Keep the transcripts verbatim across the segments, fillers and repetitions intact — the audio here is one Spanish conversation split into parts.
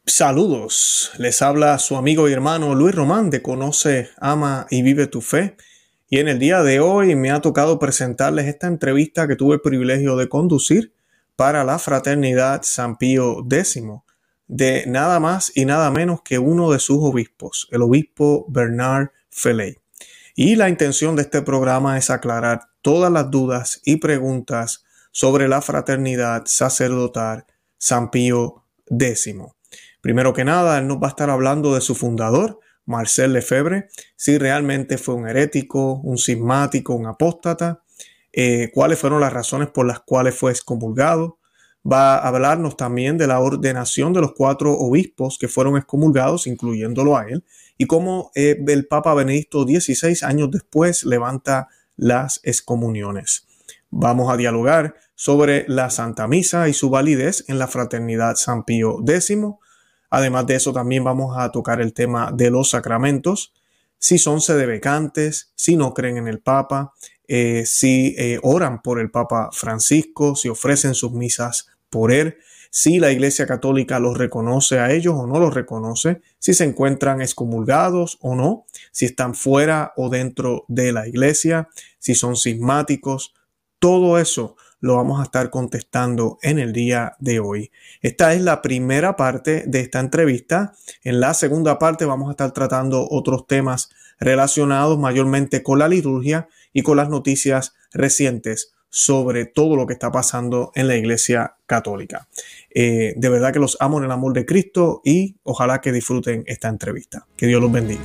Saludos, les habla su amigo y hermano Luis Román de Conoce, Ama y Vive tu Fe. Y en el día de hoy me ha tocado presentarles esta entrevista que tuve el privilegio de conducir para la Fraternidad San Pío X, de nada más y nada menos que uno de sus obispos, el obispo Bernard Fellay. Y la intención de este programa es aclarar todas las dudas y preguntas sobre la Fraternidad Sacerdotal San Pío X. Primero que nada, él nos va a estar hablando de su fundador, Marcel Lefebvre, si realmente fue un herético, un cismático, un apóstata, eh, cuáles fueron las razones por las cuales fue excomulgado. Va a hablarnos también de la ordenación de los cuatro obispos que fueron excomulgados, incluyéndolo a él, y cómo eh, el Papa Benedicto dieciséis años después levanta las excomuniones. Vamos a dialogar sobre la Santa Misa y su validez en la Fraternidad San Pío X. Además de eso, también vamos a tocar el tema de los sacramentos, si son sedevacantes, si no creen en el Papa, eh, si eh, oran por el Papa Francisco, si ofrecen sus misas por él, si la Iglesia Católica los reconoce a ellos o no los reconoce, si se encuentran excomulgados o no, si están fuera o dentro de la Iglesia, si son cismáticos. Todo eso lo vamos a estar contestando en el día de hoy. Esta es la primera parte de esta entrevista. En la segunda parte vamos a estar tratando otros temas relacionados mayormente con la liturgia y con las noticias recientes sobre todo lo que está pasando en la Iglesia Católica. Eh, de verdad que los amo en el amor de Cristo y ojalá que disfruten esta entrevista. Que Dios los bendiga.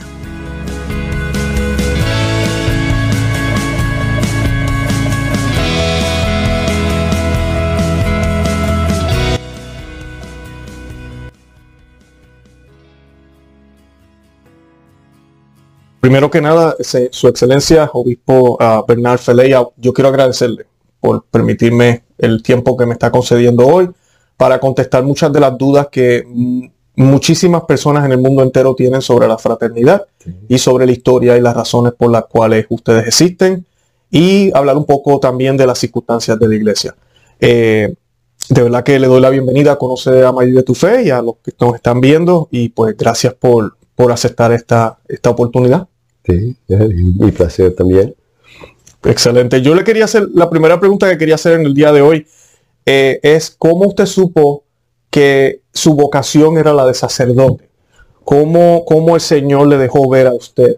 Primero que nada, Su Excelencia, Obispo uh, Bernard Fellay, yo quiero agradecerle por permitirme el tiempo que me está concediendo hoy para contestar muchas de las dudas que muchísimas personas en el mundo entero tienen sobre la fraternidad sí. y sobre la historia y las razones por las cuales ustedes existen, y hablar un poco también de las circunstancias de la Iglesia. Eh, de verdad que le doy la bienvenida a Conoce, Ama y Vive tu Fe y a los que nos están viendo, y pues gracias por, por aceptar esta, esta oportunidad. Sí, mi placer también. Excelente. Yo le quería hacer, la primera pregunta que quería hacer en el día de hoy eh, es ¿cómo usted supo que su vocación era la de sacerdote? ¿Cómo, cómo el Señor le dejó ver a usted?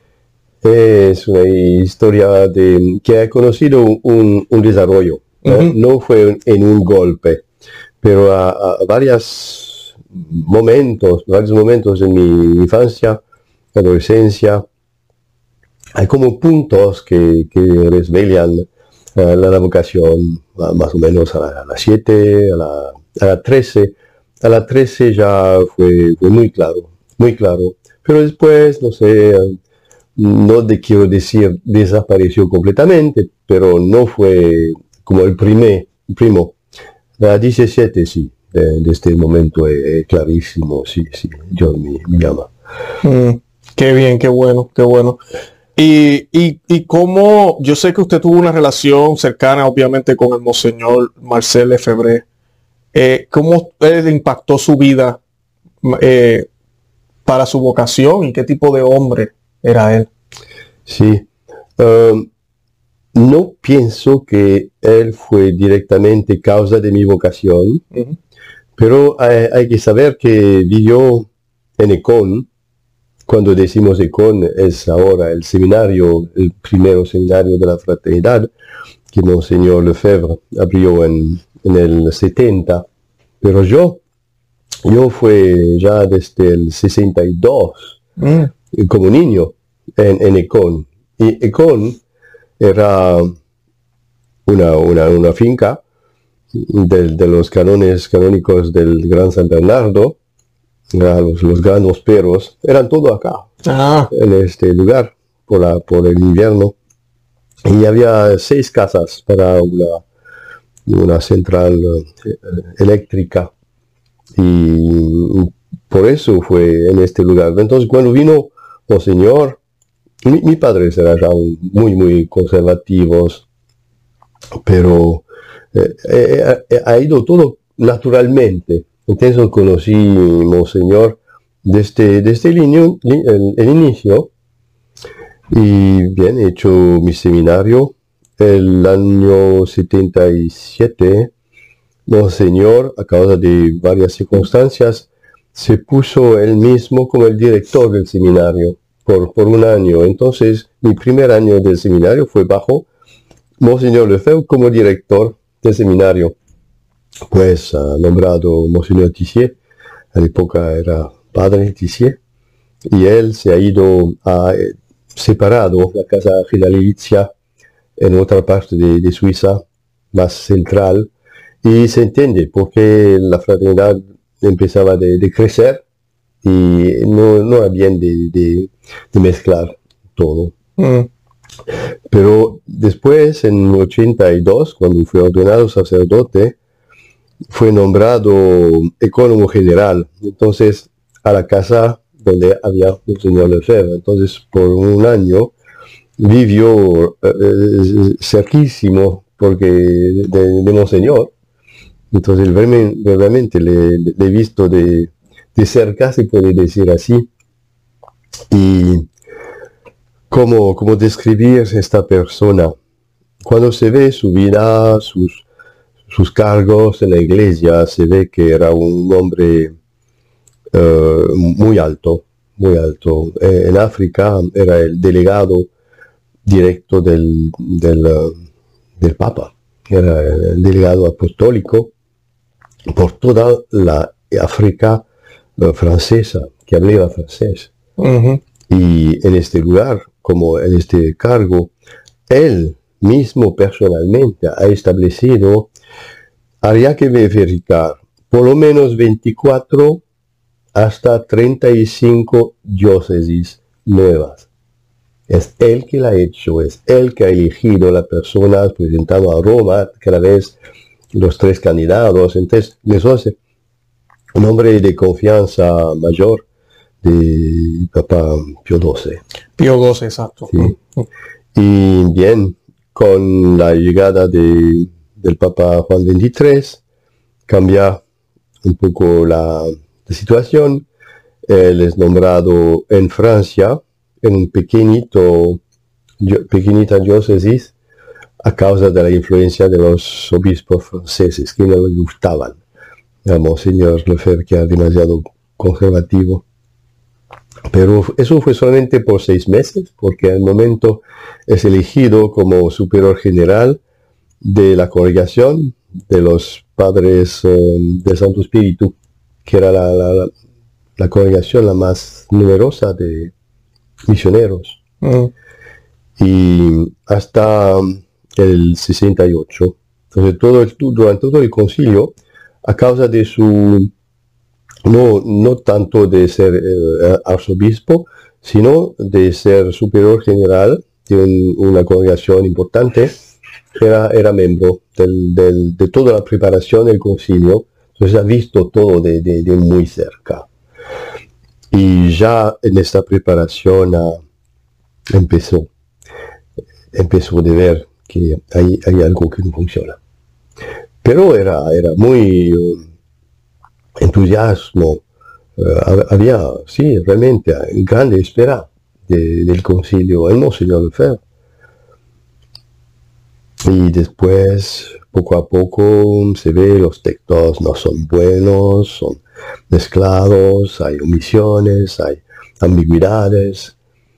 Es una historia de, que ha conocido un, un desarrollo. ¿no? Uh-huh. No fue en un golpe, pero a, a varios momentos, varios momentos en mi infancia, adolescencia, hay como puntos que, que desvelan uh, la, la vocación, uh, más o menos a, la, a las siete, a la, a la trece. A la trece ya fue, fue muy claro, muy claro. Pero después, no sé, uh, no te quiero decir desapareció completamente, pero no fue como el primer, primo. A la diecisiete sí, de, de este momento es, es clarísimo, sí, sí, Dios me, me llama. Mm, qué bien, qué bueno, qué bueno. Y, y, y cómo, yo sé que usted tuvo una relación cercana, obviamente, con el Monseñor Marcel Lefebvre. Eh, ¿Cómo le impactó su vida eh, para su vocación y qué tipo de hombre era él? Sí, um, no pienso que él fue directamente causa de mi vocación, uh-huh. pero hay, hay que saber que vivió en Econ. Cuando decimos Econ, es ahora el seminario, el primer seminario de la fraternidad, que Monseñor Lefebvre abrió en, en el setenta. Pero yo, yo fui ya desde el sesenta y dos, mm. como niño, en, en Econ. Y Econ era una, una, una finca de, de los canones canónicos del Gran San Bernardo. Los, los granos perros, eran todo acá, ah. en este lugar, por, la, por el invierno. Y había seis casas para una, una central eh, eléctrica. Y por eso fue en este lugar. Entonces, cuando vino Monseñor, mi, mi padre era ya muy, muy conservativos, pero eh, eh, ha ido todo naturalmente. Entonces conocí Monseñor desde, desde el, inicio, el, el inicio, y bien, he hecho mi seminario el año setenta y siete. Monseñor, a causa de varias circunstancias, se puso él mismo como el director del seminario por, por un año. Entonces, mi primer año del seminario fue bajo Monseñor Lefebvre como director del seminario. Pues ha nombrado Monseñor Tissier, a la época era padre Tissier, y él se ha ido a eh, separado la casa generalicia en otra parte de, de Suiza, más central, y se entiende porque la fraternidad empezaba de, de crecer y no, no había de, de, de mezclar todo. Mm. Pero después, en ochenta y dos, cuando fue ordenado sacerdote, fue nombrado ecónomo general, entonces a la casa donde había un señor Lefebvre. Entonces, por un año vivió eh, cerquísimo porque de, de Monseñor. Entonces, realmente le, le he visto de, de cerca, se puede decir así. Y cómo, cómo describir esta persona. Cuando se ve su vida, sus, sus cargos en la iglesia, se ve que era un hombre uh, muy alto, muy alto. Eh, en África era el delegado directo del, del, uh, del Papa, era el delegado apostólico por toda la África uh, francesa, que hablaba francés. Uh-huh. Y en este lugar, como en este cargo, él mismo personalmente ha establecido, habría que verificar, por lo menos veinticuatro hasta treinta y cinco diócesis nuevas. Es él que la ha hecho, es él que ha elegido las personas, presentado a Roma, cada vez los tres candidatos. Entonces, les hace un hombre de confianza mayor de Papa Pío doce. Pío doce, exacto. Sí. Y bien, con la llegada de, del Papa Juan veintitrés, cambia un poco la, la situación. Él es nombrado en Francia, en un pequeñito, pequeñita diócesis, a causa de la influencia de los obispos franceses, que no le gustaban. El Monseñor Lefebvre, que era demasiado conservativo. Pero eso fue solamente por seis meses, porque al momento es elegido como superior general de la congregación de los padres eh, del Santo Espíritu, que era la, la, la congregación la más numerosa de misioneros. Mm. Y hasta el sesenta y ocho. Entonces, todo el, durante todo el concilio, a causa de su, no, no tanto de ser eh, arzobispo, sino de ser superior general de un, una congregación importante, era, era miembro del, del, de toda la preparación del concilio. Entonces ha visto todo de, de, de muy cerca. Y ya en esta preparación uh, empezó, empezó de ver que hay, hay algo que no funciona. Pero era, era muy uh, entusiasmo, uh, había, sí, realmente grande espera de, del concilio en Monseñor Lefebvre. Y después, poco a poco, se ve los textos no son buenos, son mezclados, hay omisiones, hay ambigüedades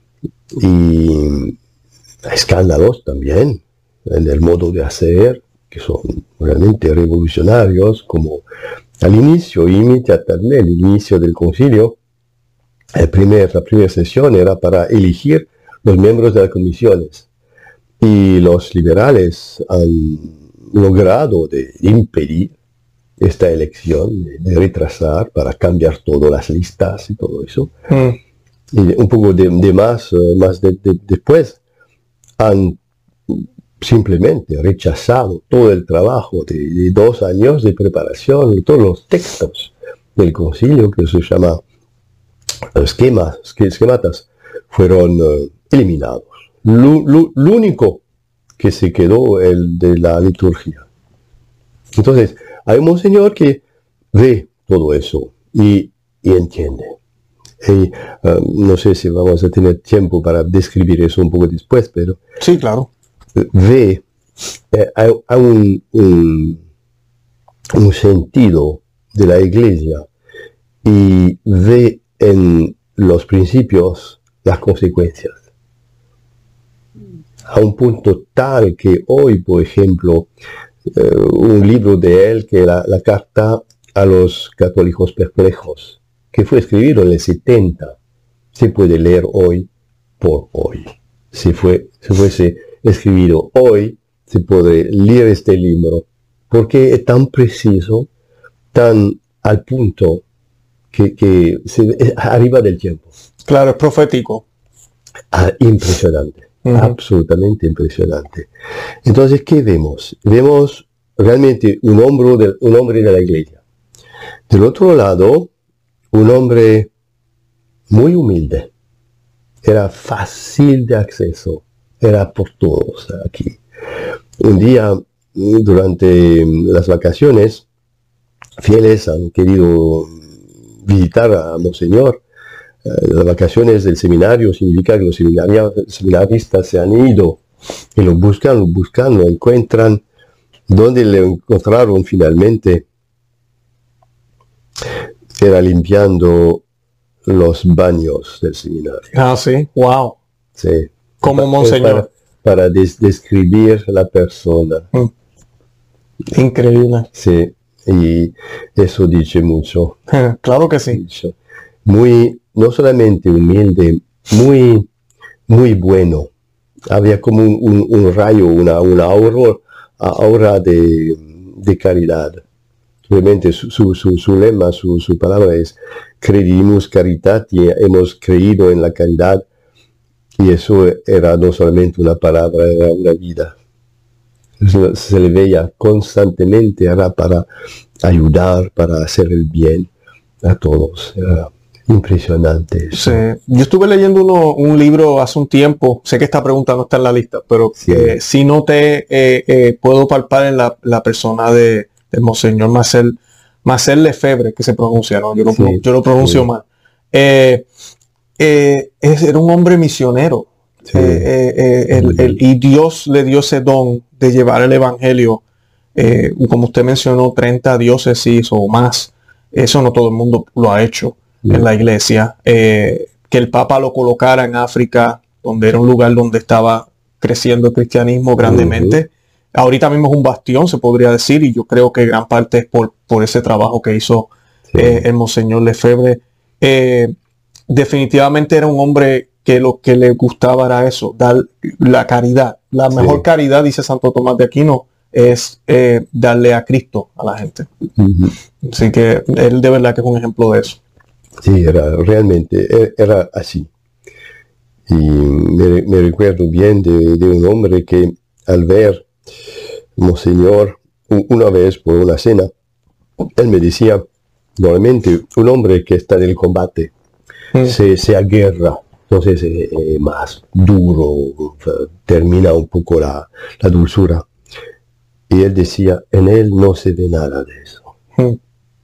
y escándalos también en el modo de hacer, que son realmente revolucionarios, como al inicio, inmediatamente el inicio del concilio, el primer, la primera sesión era para elegir los miembros de las comisiones. Y los liberales han logrado de impedir esta elección, de retrasar para cambiar todas las listas y todo eso. Mm. Y un poco de, de más, más de, de, después han simplemente rechazado todo el trabajo de, de dos años de preparación y todos los textos del concilio, que se llama esquemas, esquematas, fueron uh, eliminados. Lo único que se quedó el de la liturgia. Entonces, hay un monseñor que ve todo eso y, y entiende. Y, uh, no sé si vamos a tener tiempo para describir eso un poco después, pero sí, claro. Ve eh, hay, hay un, un, un sentido de la iglesia y ve en los principios las consecuencias. A un punto tal que hoy, por ejemplo, eh, un libro de él, que la, la carta a los católicos perplejos, que fue escrito en el setenta, se puede leer hoy por hoy. Si, fue, si fuese escrito hoy, se puede leer este libro, porque es tan preciso, tan al punto, que, que se, es arriba del tiempo. Claro, es profético. Ah, impresionante, uh-huh. Absolutamente impresionante. Entonces, ¿qué vemos? Vemos realmente un hombre, de, un hombre de la iglesia. Del otro lado, un hombre muy humilde. Era fácil de acceso, era por todos aquí. Un día, durante las vacaciones, fieles han querido visitar a Monseñor. Las vacaciones del seminario significa que los seminaristas se han ido y lo buscan, lo buscan, lo encuentran. Donde le encontraron finalmente era limpiando los baños del seminario. Ah, sí, wow. Sí. Como Monseñor. Para, para des describir la persona. Mm. Increíble. Sí, y eso dice mucho. Claro que sí. Muy, no solamente humilde, muy, muy bueno. Había como un, un, un rayo, una, una aura, aura de, de caridad. Realmente su, su, su, su lema, su, su palabra es credimus caritatis, hemos creído en la caridad, y eso era no solamente una palabra, era una vida. Se, se le veía constantemente, era para ayudar, para hacer el bien a todos. Era impresionante eso. Sí. Yo estuve leyendo uno, un libro hace un tiempo, sé que esta pregunta no está en la lista, pero sí, eh, sí noté, eh, eh, puedo palpar en la, la persona de el Monseñor Marcel, Marcel Lefebvre, que se pronuncia, ¿no? Yo lo, sí, yo lo pronuncio sí. mal. Eh, eh, es, era un hombre misionero. Sí. Eh, eh, el, el, y Dios le dio ese don de llevar el evangelio, eh, como usted mencionó, treinta diócesis o más. Eso no todo el mundo lo ha hecho sí. en la iglesia. Eh, que el Papa lo colocara en África, donde era un lugar donde estaba creciendo el cristianismo grandemente. Uh-huh. Ahorita mismo es un bastión, se podría decir, y yo creo que gran parte es por, por ese trabajo que hizo sí. eh, el Monseñor Lefebvre. Eh, definitivamente era un hombre que lo que le gustaba era eso, dar la caridad. La mejor sí. caridad, dice Santo Tomás de Aquino, es eh, darle a Cristo a la gente. Uh-huh. Así que él de verdad que es un ejemplo de eso. Sí, era realmente, era así. Y me, me recuerdo bien de, de un hombre que al ver Monseñor, una vez por una cena, él me decía, normalmente un hombre que está en el combate mm. se, se aguerra, entonces es eh, más duro, termina un poco la, la dulzura. Y él decía, en él no se ve nada de eso. Mm.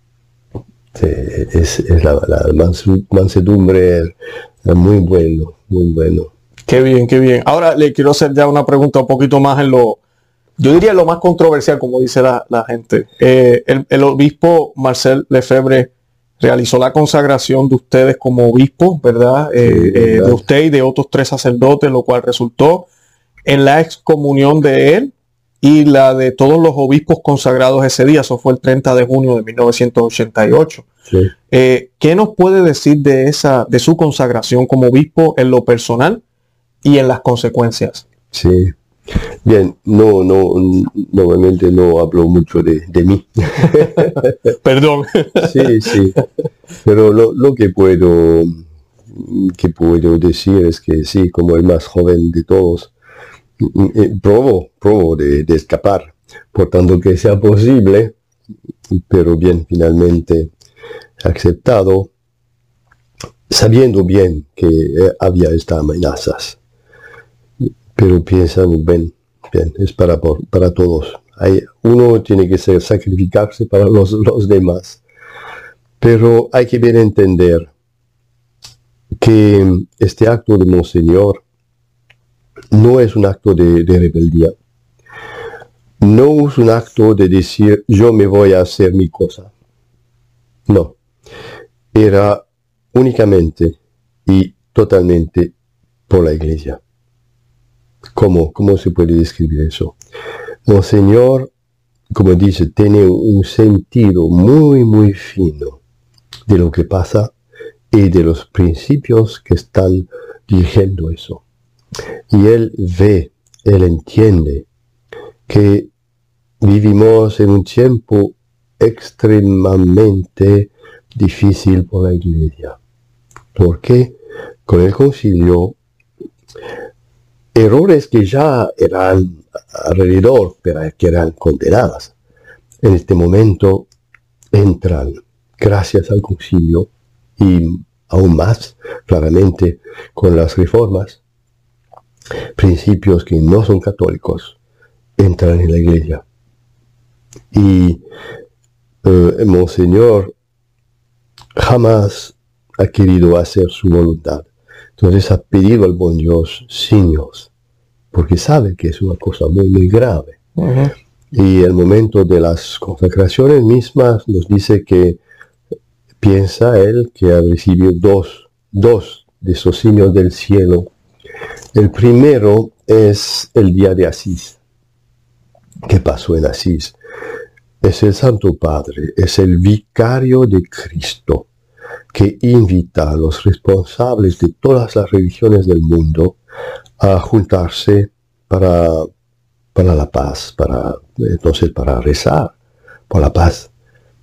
Sí, es, es la, la mansedumbre, es muy bueno, muy bueno. Qué bien, qué bien. Ahora le quiero hacer ya una pregunta un poquito más en lo, yo diría lo más controversial, como dice la, la gente. Eh, el, el obispo Marcel Lefebvre realizó la consagración de ustedes como obispo, ¿verdad? Eh, sí, ¿verdad? Eh, de usted y de otros tres sacerdotes, lo cual resultó en la excomunión de él y la de todos los obispos consagrados ese día. Eso fue el treinta de junio de mil novecientos ochenta y ocho. Sí. Eh, ¿Qué nos puede decir de, esa, de su consagración como obispo en lo personal y en las consecuencias? Sí. Bien, no, no, normalmente no hablo mucho de, de mí. Perdón. Sí, sí. Pero lo, lo que puedo, que puedo decir es que sí, como el más joven de todos, eh, probo, probo de, de escapar, por tanto que sea posible, pero bien, finalmente aceptado, sabiendo bien que eh, había estas amenazas. Pero piensan, bien, bien, es para, para todos. Hay, uno tiene que ser, sacrificarse para los, los demás. Pero hay que bien entender que este acto de Monseñor no es un acto de, de rebeldía. No es un acto de decir, yo me voy a hacer mi cosa. No. Era únicamente y totalmente por la Iglesia. ¿Cómo? ¿Cómo se puede describir eso? Monseñor, como dice, tiene un sentido muy, muy fino de lo que pasa y de los principios que están dirigiendo eso. Y él ve, él entiende que vivimos en un tiempo extremadamente difícil por la Iglesia. Porque con el concilio, errores que ya eran alrededor, pero que eran condenadas, en este momento entran, gracias al concilio, y aún más claramente con las reformas, principios que no son católicos entran en la Iglesia. Y eh, Monseñor jamás ha querido hacer su voluntad. Entonces ha pedido al buen Dios signos, porque sabe que es una cosa muy, muy grave. Uh-huh. Y el momento de las consacraciones mismas nos dice que piensa él que ha recibido dos, dos de esos signos del cielo. El primero es el día de Asís. ¿Qué pasó en Asís? Es el Santo Padre, es el vicario de Cristo, que invita a los responsables de todas las religiones del mundo a juntarse para, para la paz, para, entonces para rezar por la paz.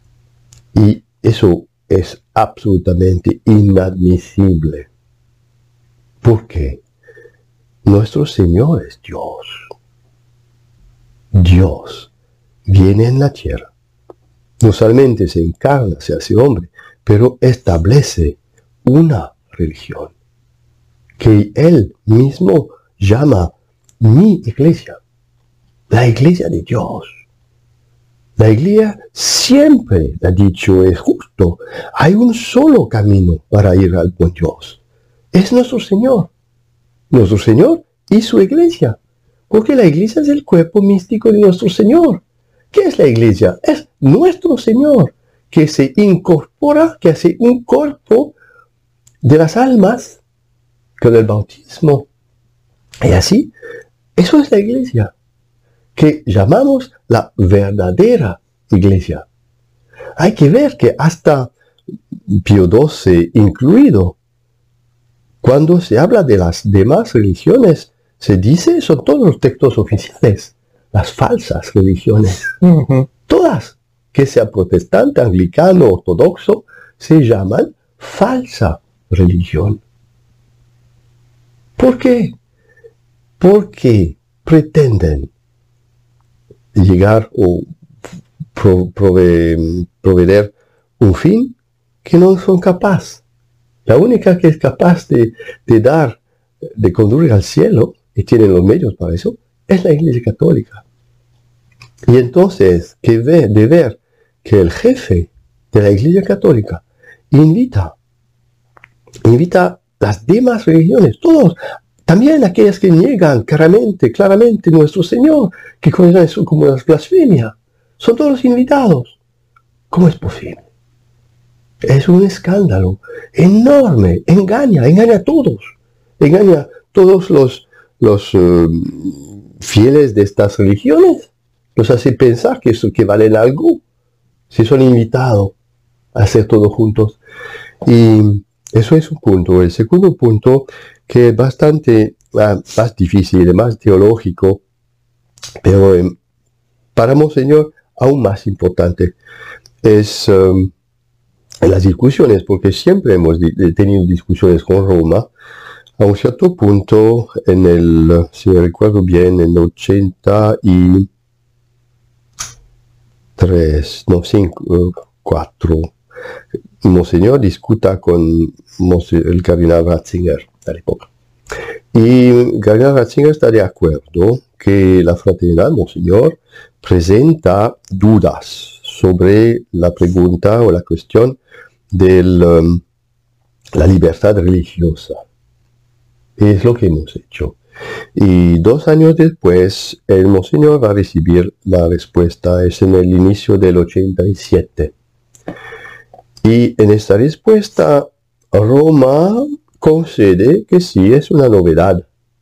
Y eso es absolutamente inadmisible. ¿Por qué? Nuestro Señor es Dios. Dios viene en la tierra. No solamente se encarna, se hace hombre, pero establece una religión que Él mismo llama mi iglesia, la iglesia de Dios. La iglesia siempre ha dicho, es justo, hay un solo camino para ir al buen Dios. Es nuestro Señor, nuestro Señor y su iglesia, porque la iglesia es el cuerpo místico de nuestro Señor. ¿Qué es la iglesia? Es nuestro Señor, que se incorpora, que hace un cuerpo de las almas con el bautismo. Y así, eso es la iglesia, que llamamos la verdadera iglesia. Hay que ver que hasta Pío doce incluido, cuando se habla de las demás religiones, se dice, son todos los textos oficiales, las falsas religiones. Uh-huh. Todas, que sea protestante, anglicano, ortodoxo, se llaman falsa religión. ¿Por qué? Porque pretenden llegar o pro, prove, proveer un fin que no son capaces. La única que es capaz de, de dar, de conducir al cielo, y tienen los medios para eso, es la Iglesia Católica. Y entonces, que ve, de ver que el jefe de la Iglesia Católica invita, invita las demás religiones, todos, también aquellas que niegan claramente, claramente nuestro Señor, que consideran eso como una blasfemia, son todos invitados. ¿Cómo es posible? Es un escándalo enorme, engaña, engaña a todos, engaña a todos los, los uh, fieles de estas religiones, los hace pensar que, eso, que valen algo, si son invitados a hacer todo juntos. Y eso es un punto. El segundo punto, que es bastante uh, más difícil, más teológico, pero eh, para Monseñor aún más importante, es um, en las discusiones, porque siempre hemos di tenido discusiones con Roma. A un cierto punto, en el, si me recuerdo bien, en ochenta y tres, no, cinco, cuatro, Monseñor discuta con el cardenal Ratzinger de la época. Y el cardenal Ratzinger está de acuerdo que la fraternidad, Monseñor, presenta dudas sobre la pregunta o la cuestión de um, la libertad religiosa. Es lo que hemos hecho. Y dos años después, el Monseñor va a recibir la respuesta, es en el inicio del ochenta y siete. Y en esta respuesta, Roma concede que sí es una novedad.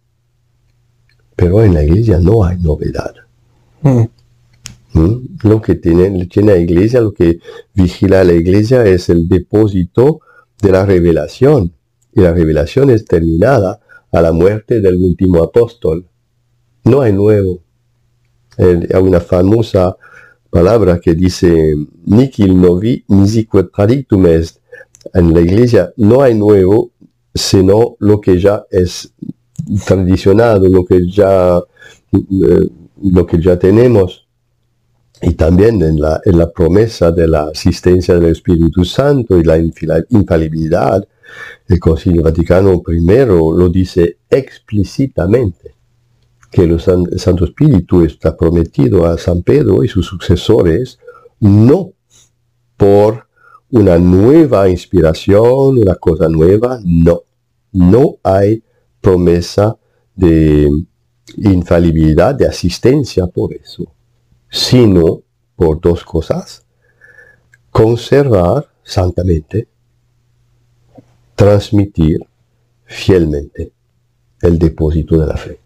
Pero en la Iglesia no hay novedad. Mm. ¿Mm? Lo que tiene, tiene la Iglesia, lo que vigila la Iglesia es el depósito de la revelación. Y la revelación es terminada a la muerte del último apóstol. No hay nuevo. Eh, hay una famosa palabra que dice Nihil novi nisique tradictum est. En la Iglesia no hay nuevo, sino lo que ya es tradicionado, lo que ya, eh, lo que ya tenemos. Y también en la, en la promesa de la asistencia del Espíritu Santo y la infalibilidad, el Concilio Vaticano primero lo dice explícitamente, que el Santo Espíritu está prometido a San Pedro y sus sucesores, no por una nueva inspiración, una cosa nueva, no. No hay promesa de infalibilidad, de asistencia por eso, sino por dos cosas: conservar santamente, transmitir fielmente el depósito de la fe.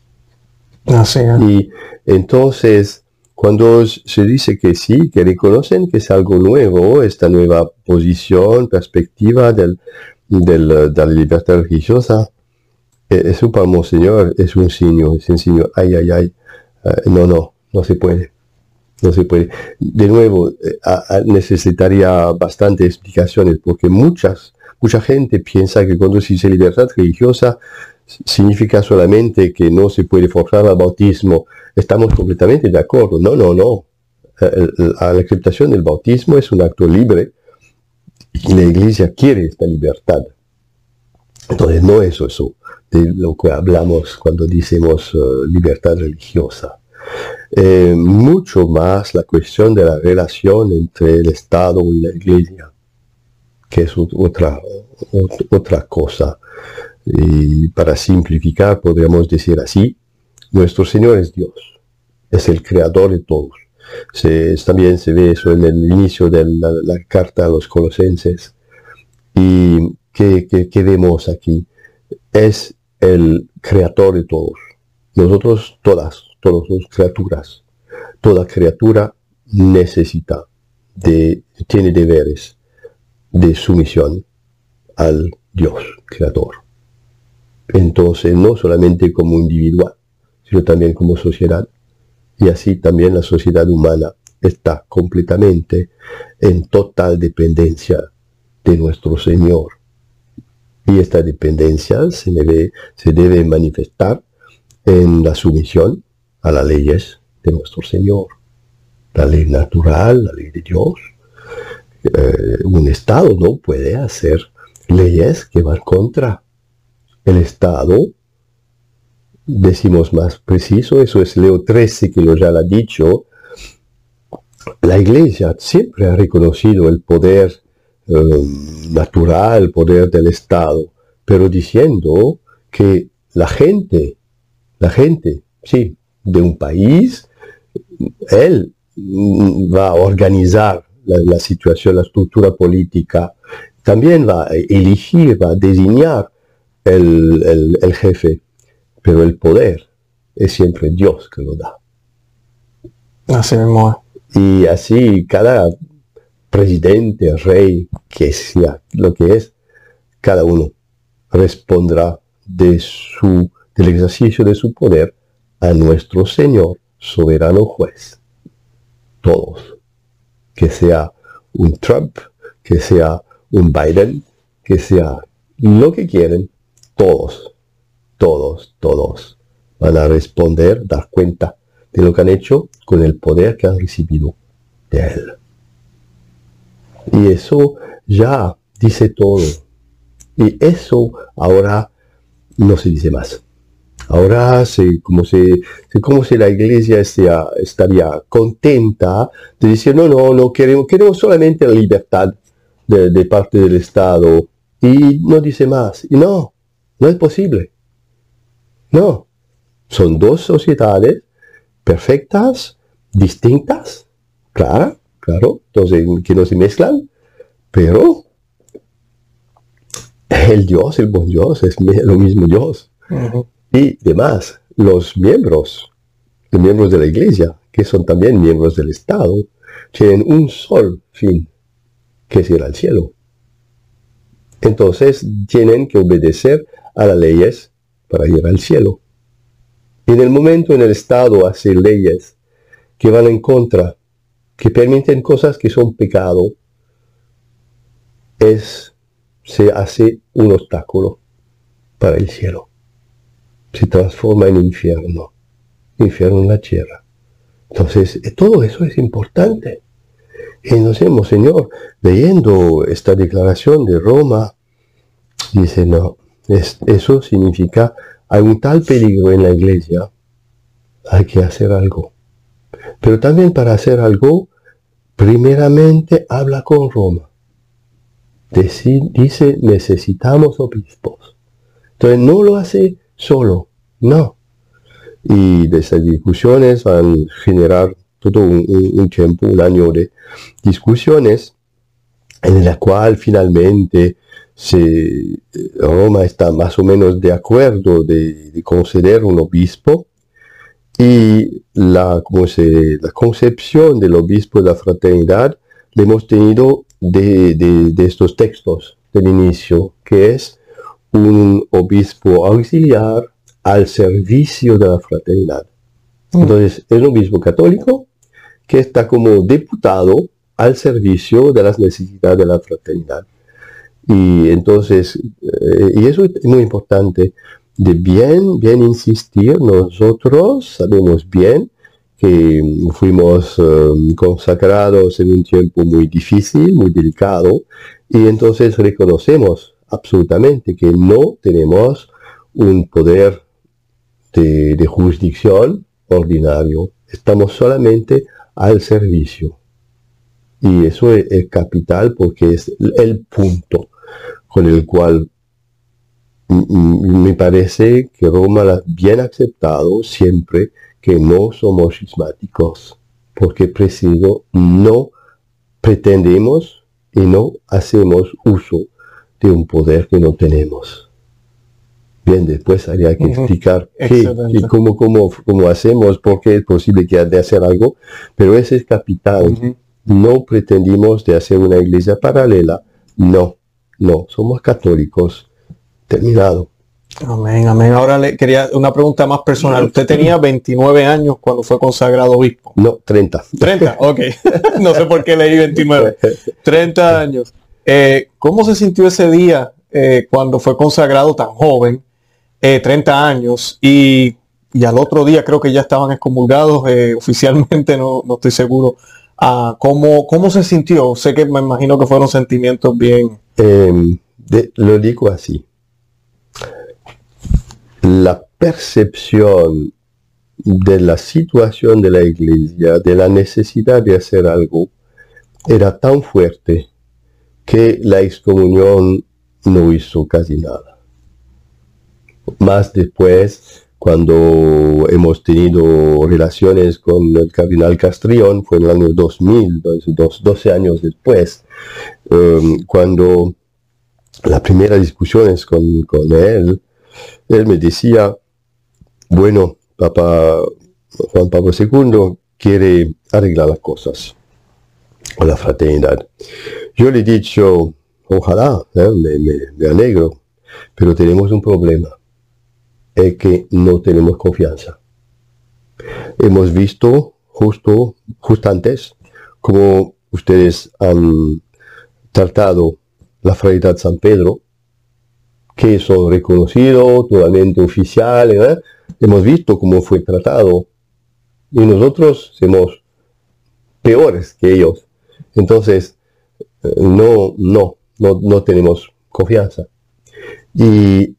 Así es. Y entonces, cuando se dice que sí, que reconocen que es algo nuevo, esta nueva posición, perspectiva del, del, de la libertad religiosa, eso para Monseñor es un signo, es un signo, ay, ay, ay, uh, no, no, no se puede, no se puede. De nuevo, eh, a, a necesitaría bastantes explicaciones, porque muchas, mucha gente piensa que cuando se dice libertad religiosa, significa solamente que no se puede forzar al bautismo. Estamos completamente de acuerdo. No, no, no. La aceptación del bautismo es un acto libre y la Iglesia quiere esta libertad. Entonces no es eso de lo que hablamos cuando decimos uh, libertad religiosa. Eh, mucho más la cuestión de la relación entre el Estado y la Iglesia, que es otra, otra cosa. Y para simplificar, podríamos decir así: nuestro Señor es Dios, es el creador de todos. Se, también se ve eso en el inicio de la, la carta a los Colosenses. ¿Y qué, qué, qué vemos aquí? Es el creador de todos. Nosotros, todas, todas las criaturas, toda criatura necesita, de, tiene deberes de sumisión al Dios creador. Entonces, no solamente como individual, sino también como sociedad. Y así también la sociedad humana está completamente en total dependencia de nuestro Señor. Y esta dependencia se debe, se debe manifestar en la sumisión a las leyes de nuestro Señor. La ley natural, la ley de Dios. Eh, un Estado no puede hacer leyes que van contra el Estado. Decimos más preciso, eso es Leo trece que lo ya lo ha dicho. La Iglesia siempre ha reconocido el poder eh, natural, el poder del Estado, pero diciendo que la gente, la gente, sí, de un país, él va a organizar la, la situación, la estructura política, también va a elegir, va a designar el, el, el jefe, pero el poder es siempre Dios que lo da. Así mismo. Y así cada presidente, rey, que sea lo que es, cada uno respondrá de su, del ejercicio de su poder a nuestro Señor, soberano juez. Todos. Que sea un Trump, que sea un Biden, que sea lo que quieren, todos, todos, todos van a responder, dar cuenta de lo que han hecho con el poder que han recibido de Él. Y eso ya dice todo. Y eso ahora no se dice más. Ahora se, como, se, como si la Iglesia sea, estaría contenta de decir, no, no, no queremos, queremos solamente la libertad. de, de parte del Estado y no dice más. Y no, no es posible. No, son dos sociedades perfectas, distintas, claro, claro, entonces que no se mezclan, pero el Dios, el buen Dios, es lo mismo Dios. Uh-huh. Y demás, los miembros, los miembros de la Iglesia, que son también miembros del Estado, tienen un solo fin, que es ir al cielo. Entonces tienen que obedecer a las leyes para ir al cielo. Y en el momento en el Estado hace leyes que van en contra, que permiten cosas que son pecado, es, se hace un obstáculo para el cielo. Se transforma en infierno, infierno en la tierra. Entonces, todo eso es importante. Y nos hemos, Señor, leyendo esta declaración de Roma, dice, no, es, eso significa, hay un tal peligro en la iglesia, hay que hacer algo. Pero también para hacer algo, primeramente habla con Roma. Dice, dice necesitamos obispos. Entonces no lo hace solo, no. Y de esas discusiones van a generar todo un, un, un tiempo, un año de discusiones en la cual finalmente se, Roma está más o menos de acuerdo de, de conceder un obispo y la, como se, la concepción del obispo de la fraternidad la hemos tenido de, de, de estos textos del inicio, que es un obispo auxiliar al servicio de la fraternidad. Entonces, es un obispo católico que está como diputado al servicio de las necesidades de la fraternidad. Y entonces, eh, y eso es muy importante, de bien, bien insistir, nosotros sabemos bien que fuimos um, consagrados en un tiempo muy difícil, muy delicado, y entonces reconocemos absolutamente que no tenemos un poder de, de jurisdicción ordinario, estamos solamente al servicio. Y eso es, es capital porque es el punto con el cual me parece que Roma lo ha bien aceptado siempre que no somos cismáticos, porque preciso no pretendemos y no hacemos uso de un poder que no tenemos. Bien, después habría que explicar uh-huh. qué, y cómo, cómo, cómo hacemos, por qué es posible que haya de hacer algo, pero ese es capital. Uh-huh. No pretendimos de hacer una iglesia paralela, no, no, somos católicos. Terminado. Amén, amén. Ahora le quería una pregunta más personal. Usted tenía veintinueve años cuando fue consagrado obispo. No, treinta. treinta, ok. No sé por qué leí veintinueve. treinta años. Eh, ¿Cómo se sintió ese día eh, cuando fue consagrado tan joven? Eh, treinta años. Y, y al otro día creo que ya estaban excomulgados eh, oficialmente, no, no estoy seguro. Ah, ¿cómo, ¿Cómo se sintió? Sé que me imagino que fueron sentimientos bien... Eh, de, lo digo así. La percepción de la situación de la iglesia, de la necesidad de hacer algo, era tan fuerte que la excomunión no hizo casi nada. Más después, cuando hemos tenido relaciones con el cardenal Castrillón, fue en el año dos mil, doce años después, um, cuando las primeras discusiones con, con él, él me decía, bueno, Papa Juan Pablo segundo quiere arreglar las cosas con la fraternidad. Yo le he dicho, ojalá, ¿eh? me, me, me alegro, pero tenemos un problema, es que no tenemos confianza. Hemos visto justo, justo antes cómo ustedes han tratado la Fraternidad San Pedro, que son reconocidos, totalmente oficial, ¿eh? Hemos visto cómo fue tratado y nosotros somos peores que ellos. Entonces, no, no, no, no tenemos confianza. Y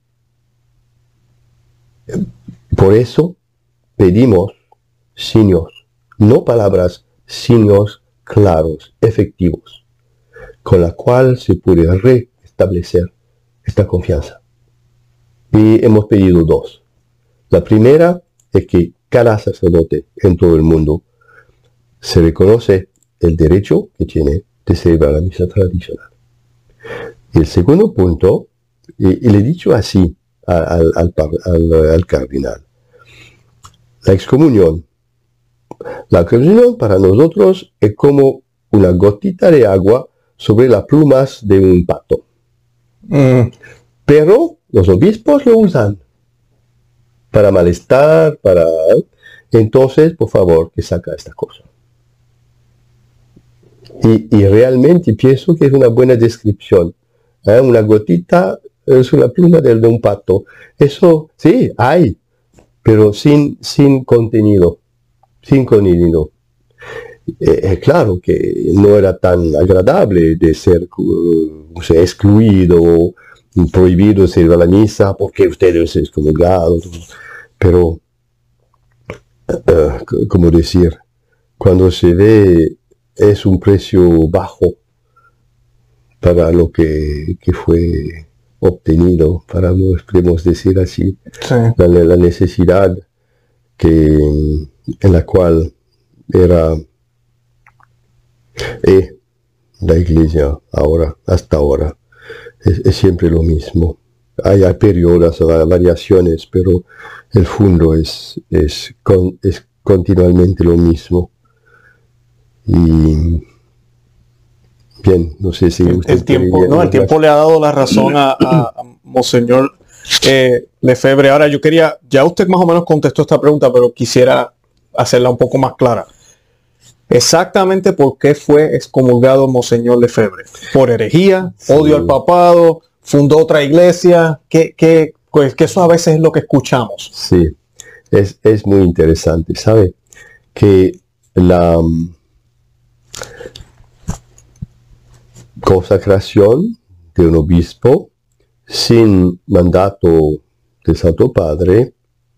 por eso pedimos signos, no palabras, signos claros, efectivos. con la cual se puede restablecer esta confianza. Y hemos pedido dos. La primera es que cada sacerdote en todo el mundo se reconoce el derecho que tiene de celebrar la misa tradicional. Y el segundo punto, y, y le he dicho así al, al, al, al cardenal, la excomunión. La excomunión para nosotros es como una gotita de agua sobre las plumas de un pato. Mm. Pero los obispos lo usan para malestar, para... Entonces, por favor, que saca esta cosa. Y, y realmente pienso que es una buena descripción. ¿Eh? Una gotita es una pluma de, de un pato. Eso, sí, hay, pero sin, sin contenido. Sin contenido. Eh, es claro que no era tan agradable de ser uh, sea, excluido, prohibido de ir a la misa, porque ustedes es excomulgado. Pero, uh, como decir, cuando se ve, es un precio bajo para lo que, que fue obtenido, para, podemos decir así, sí. la, la necesidad que, en la cual era eh, la iglesia ahora, hasta ahora, es, es siempre lo mismo. Hay, hay periodos, hay variaciones, pero el fondo es, es, con, es continuamente lo mismo. Y bien, no sé si usted el tiempo, no, el tiempo le ha dado la razón a, a, a Monseñor eh, Lefebvre. Ahora yo quería, ya usted más o menos contestó esta pregunta, pero quisiera hacerla un poco más clara. Exactamente por qué fue excomulgado Monseñor Lefebvre. ¿Por herejía? Sí. ¿Odio al papado? ¿Fundó otra iglesia? ¿Qué, qué, pues que eso a veces es lo que escuchamos? Sí, es, es muy interesante. ¿Sabe? Que la consagración de un obispo sin mandato del Santo Padre,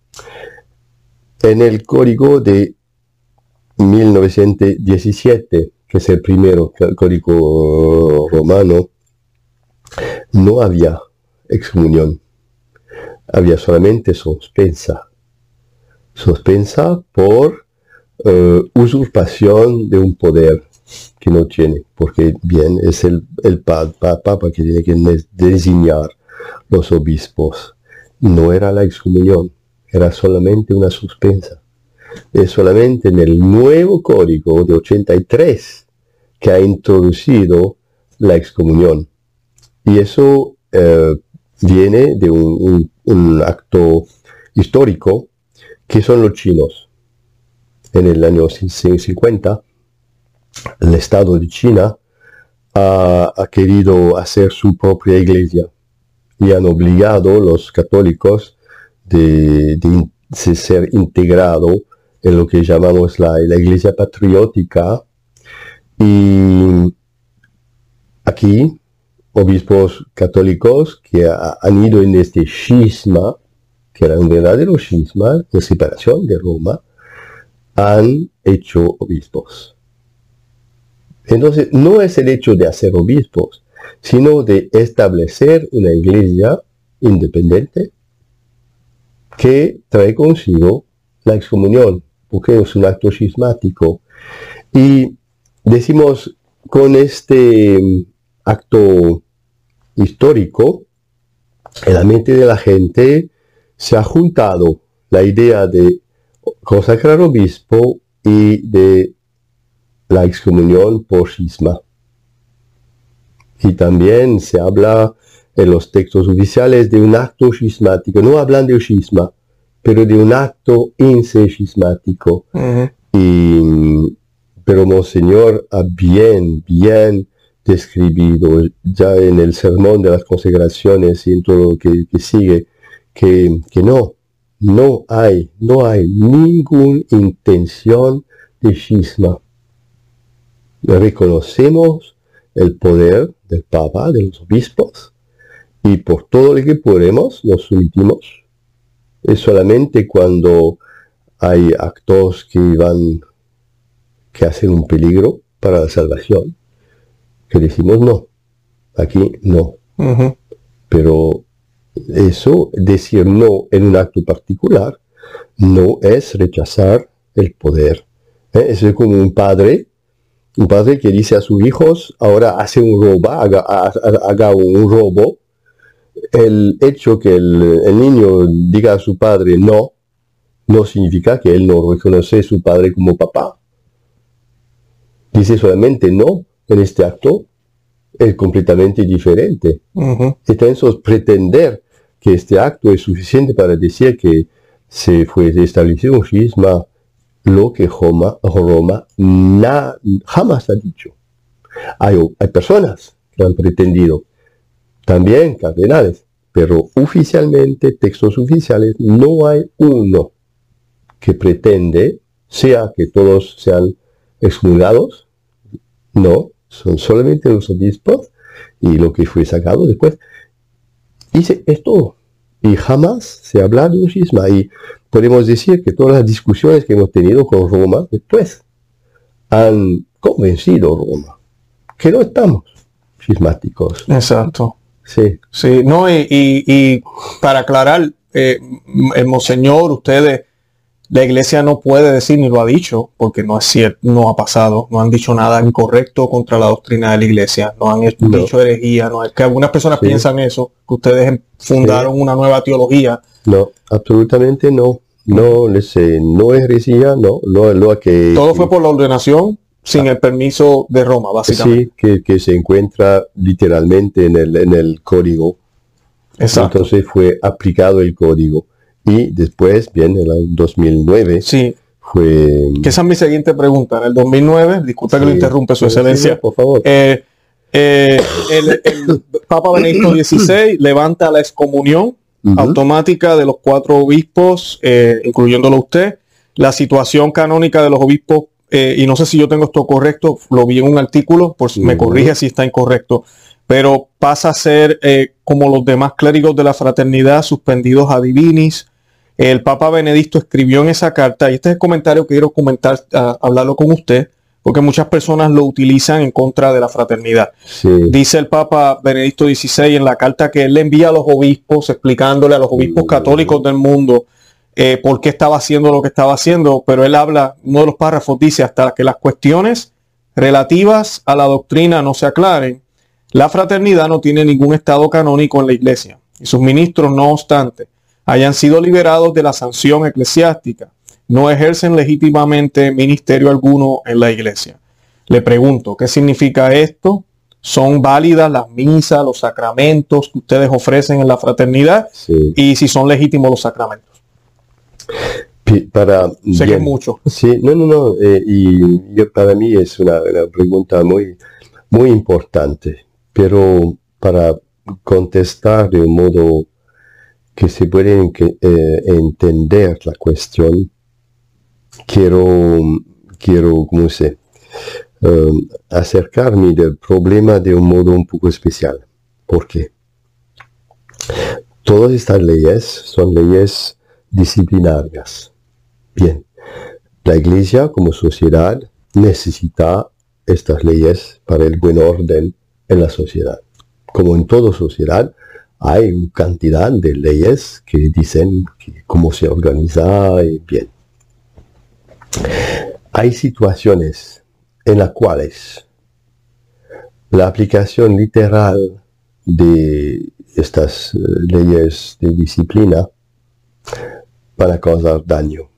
en el código de mil novecientos diecisiete, que es el primero el código romano, no había excomunión, había solamente sospensa, sospensa por uh, usurpación de un poder que no tiene, porque bien es el, el papa, papa que tiene que designar los obispos. No era la excomunión, era solamente una suspensa. Es solamente en el nuevo código de ochenta y tres que ha introducido la excomunión. Y eso eh, viene de un, un, un acto histórico que son los chinos. En el año cincuenta, el Estado de China ha, ha querido hacer su propia iglesia y han obligado a los católicos de, de, de ser integrados en lo que llamamos la, la iglesia patriótica. Y aquí, obispos católicos que ha, han ido en este cisma, que era un verdadero cisma de separación de Roma, han hecho obispos. Entonces, no es el hecho de hacer obispos, sino de establecer una iglesia independiente que trae consigo la excomunión, porque es un acto cismático. Y decimos, con este acto histórico, en la mente de la gente se ha juntado la idea de consagrar obispo y de la excomunión por cisma. Y también se habla en los textos oficiales de un acto cismático. No hablan de cisma, pero de un acto insecismático. Uh-huh. Y, pero Monseñor ha bien, bien describido ya en el sermón de las consagraciones y en todo lo que, que sigue, que, que no, no hay, no hay ninguna intención de cisma. Reconocemos el poder del Papa, de los obispos, y por todo lo que podemos nos sometimos. Es solamente cuando hay actos que van, que hacen un peligro para la salvación, que decimos no, aquí no. Uh-huh. Pero eso, decir no en un acto particular, no es rechazar el poder. ¿Eh? Es como un padre, un padre que dice a sus hijos, ahora hace un robo, haga, haga un robo. El hecho que el, el niño diga a su padre no, no significa que él no reconoce a su padre como papá. Dice solamente no en este acto, es completamente diferente. Uh-huh. Entonces, pretender que este acto es suficiente para decir que se fue establecido un cisma, lo que Roma, Roma na, jamás ha dicho. Hay, hay personas que han pretendido, también cardenales, pero oficialmente, textos oficiales, no hay uno que pretende, sea que todos sean excomulgados, no, son solamente los obispos y lo que fue sacado después. Y se, es todo. Y jamás se habla de un cisma. Y podemos decir que todas las discusiones que hemos tenido con Roma después han convencido a Roma que no estamos cismáticos. Exacto. Sí. Sí, no, y, y, y para aclarar, eh, el monseñor, ustedes, la iglesia no puede decir ni lo ha dicho, porque no es cierto, no ha pasado, no han dicho nada incorrecto contra la doctrina de la iglesia, no han No. dicho herejía, no es que algunas personas Sí. piensan eso, que ustedes fundaron Sí. una nueva teología. No, absolutamente no. No, les, eh, no es herejía, no, no es lo que... Todo fue por la ordenación sin el permiso de Roma, básicamente. Sí, que, que se encuentra literalmente en el, en el código. Exacto. Entonces fue aplicado el código. Y después, bien, en el dos mil nueve, Sí, fue... que esa es mi siguiente pregunta. En el dos mil nueve, disculpa que Sí. lo interrumpe su Sí, sí, excelencia, por favor. eh, eh, el, el Papa Benedicto dieciséis levanta la excomunión Ujú. automática de los cuatro obispos, eh, incluyéndolo usted, la situación canónica de los obispos, eh, y no sé si yo tengo esto correcto, lo vi en un artículo, por si me Ujú. corrige si está incorrecto, pero pasa a ser eh, como los demás clérigos de la fraternidad, suspendidos a divinis. El Papa Benedicto escribió en esa carta, y este es el comentario que quiero comentar, uh, hablarlo con usted, porque muchas personas lo utilizan en contra de la fraternidad. Sí. Dice el Papa Benedicto dieciséis en la carta que él le envía a los obispos, explicándole a los obispos Mm. católicos del mundo eh, por qué estaba haciendo lo que estaba haciendo, pero él habla, uno de los párrafos dice, hasta que las cuestiones relativas a la doctrina no se aclaren, la fraternidad no tiene ningún estado canónico en la iglesia, y sus ministros, no obstante, hayan sido liberados de la sanción eclesiástica, no ejercen legítimamente ministerio alguno en la iglesia. Le pregunto, ¿qué significa esto? ¿Son válidas las misas, los sacramentos que ustedes ofrecen en la fraternidad? Sí. Y si son legítimos los sacramentos. Pi- Para, Sé que bien. es mucho. Sí, no, no, no. eh, y yo- para mí es una, una pregunta muy, muy importante. Pero para contestar de un modo que se puede en- que, eh, entender la cuestión, quiero, quiero, ¿cómo se um, acercarme del problema de un modo un poco especial. ¿Por qué? Todas estas leyes son leyes disciplinarias. Bien, la Iglesia como sociedad necesita estas leyes para el buen orden en la sociedad. Como en toda sociedad, hay una cantidad de leyes que dicen que cómo se organiza y bien. Hay situaciones en las cuales la aplicación literal de estas eh, leyes de disciplina van a causar daño.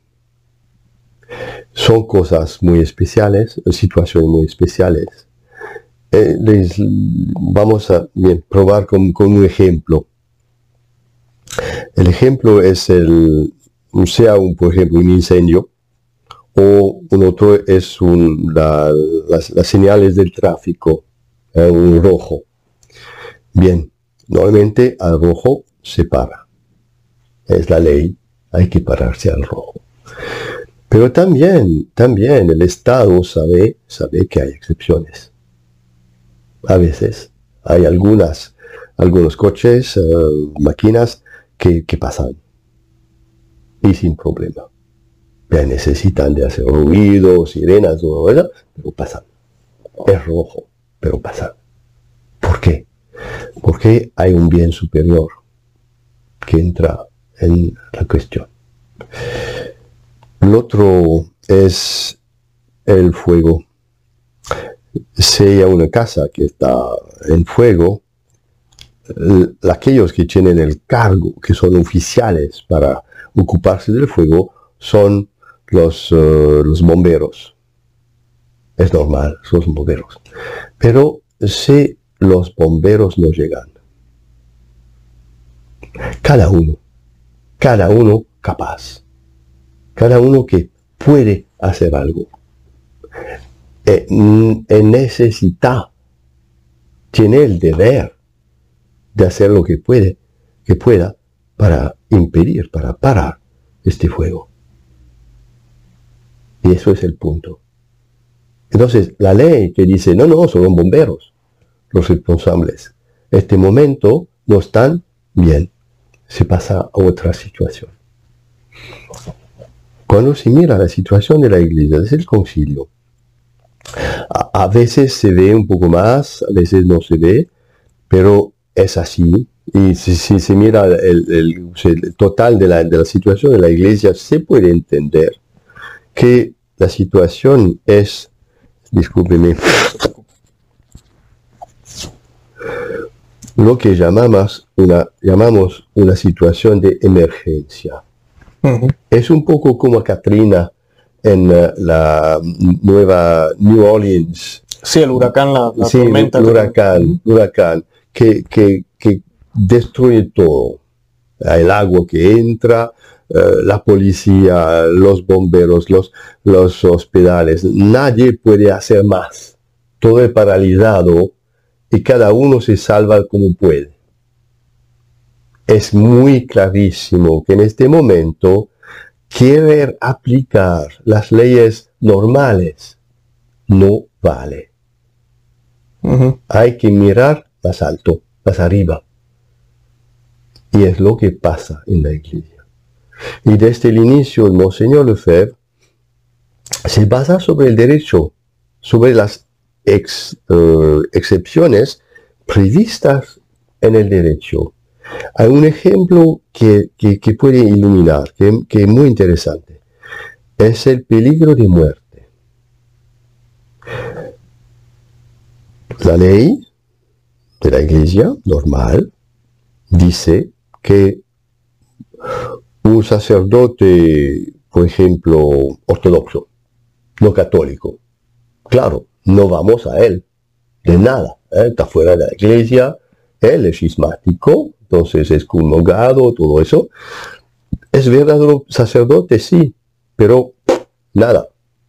Son cosas muy especiales, situaciones muy especiales. Eh, les, vamos a bien, probar con, con un ejemplo. El ejemplo es el, sea un, por ejemplo, un incendio, o un otro es un, la, las, las señales del tráfico, eh, un rojo. Bien, normalmente al rojo se para. Es la ley, hay que pararse al rojo. Pero también, también el Estado sabe, sabe que hay excepciones. A veces hay algunas, algunos coches, uh, máquinas que, que pasan. Y sin problema. Ya necesitan de hacer ruido, sirenas, todo eso, pero pasan. Es rojo. pero pasan. ¿Por qué? Porque hay un bien superior que entra en la cuestión. El otro es el fuego. Si hay una casa que está en fuego, aquellos que tienen el cargo, que son oficiales para ocuparse del fuego, son los, uh, los bomberos. Es normal, son los bomberos. Pero si los bomberos no llegan, cada uno, cada uno capaz, cada uno que puede hacer algo, eh, necesita, tiene el deber de hacer lo que puede, que pueda para impedir, para parar este fuego. Y eso es el punto. Entonces, la ley que dice, no, no, son los bomberos los responsables. En este momento no están bien. Se pasa a otra situación. Cuando se mira la situación de la iglesia desde el concilio, a, a veces se ve un poco más, a veces no se ve, pero es así. Y si, si se mira el, el, el total de la, de la situación de la iglesia, se puede entender que la situación es, discúlpeme, lo que llamamos una, llamamos una situación de emergencia. Uh-huh. Es un poco como Katrina en uh, la nueva New Orleans. Sí, el huracán, la, la sí, tormenta. El huracán, uh-huh. huracán que, que, que destruye todo. El agua que entra, uh, la policía, los bomberos, los, los hospitales. Nadie puede hacer más. Todo es paralizado. Y cada uno se salva como puede. Es muy clarísimo que en este momento querer aplicar las leyes normales no vale. Uh-huh. Hay que mirar más alto, más arriba. Y es lo que pasa en la iglesia. Y desde el inicio el Monseñor Lefebvre se basa sobre el derecho, sobre las Ex, uh, excepciones previstas en el derecho. Hay un ejemplo que, que, que puede iluminar, que, que es muy interesante. Es el peligro de muerte. La ley de la iglesia normal dice que un sacerdote, por ejemplo, ortodoxo, no católico, claro, no vamos a él, de nada, ¿eh? Está fuera de la iglesia, él es cismático, entonces es comulgado, todo eso. Es verdadero sacerdote, sí, pero nada.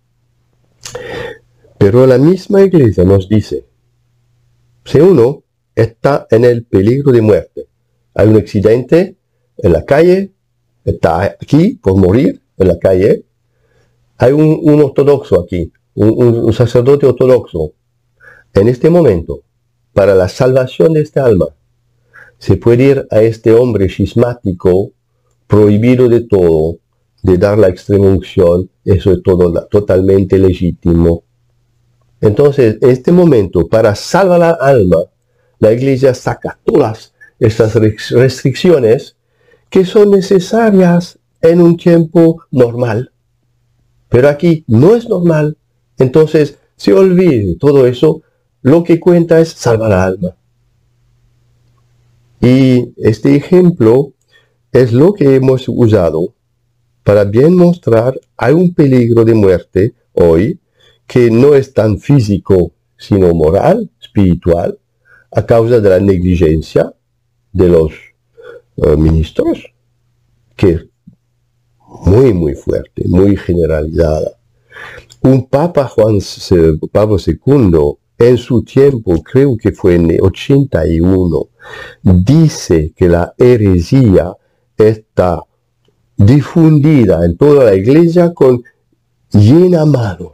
Pero la misma iglesia nos dice, si uno está en el peligro de muerte, hay un accidente en la calle, está aquí por morir en la calle, hay un, un ortodoxo aquí, Un, un, un sacerdote ortodoxo, en este momento, para la salvación de este alma, se puede ir a este hombre cismático, prohibido de todo, de dar la extrema unción, eso es todo la, totalmente legítimo. Entonces, en este momento, para salvar la alma, la iglesia saca todas estas restricciones que son necesarias en un tiempo normal. Pero aquí no es normal. Entonces, se olvide todo eso, lo que cuenta es salvar la alma. Y este ejemplo es lo que hemos usado para bien mostrar hay un peligro de muerte hoy que no es tan físico, sino moral, espiritual, a causa de la negligencia de los uh, ministros, que es muy, muy fuerte, muy generalizada. Un Papa Juan Pablo segundo, en su tiempo, creo que fue en ochenta y uno, dice que la herejía está difundida en toda la iglesia con llena manos.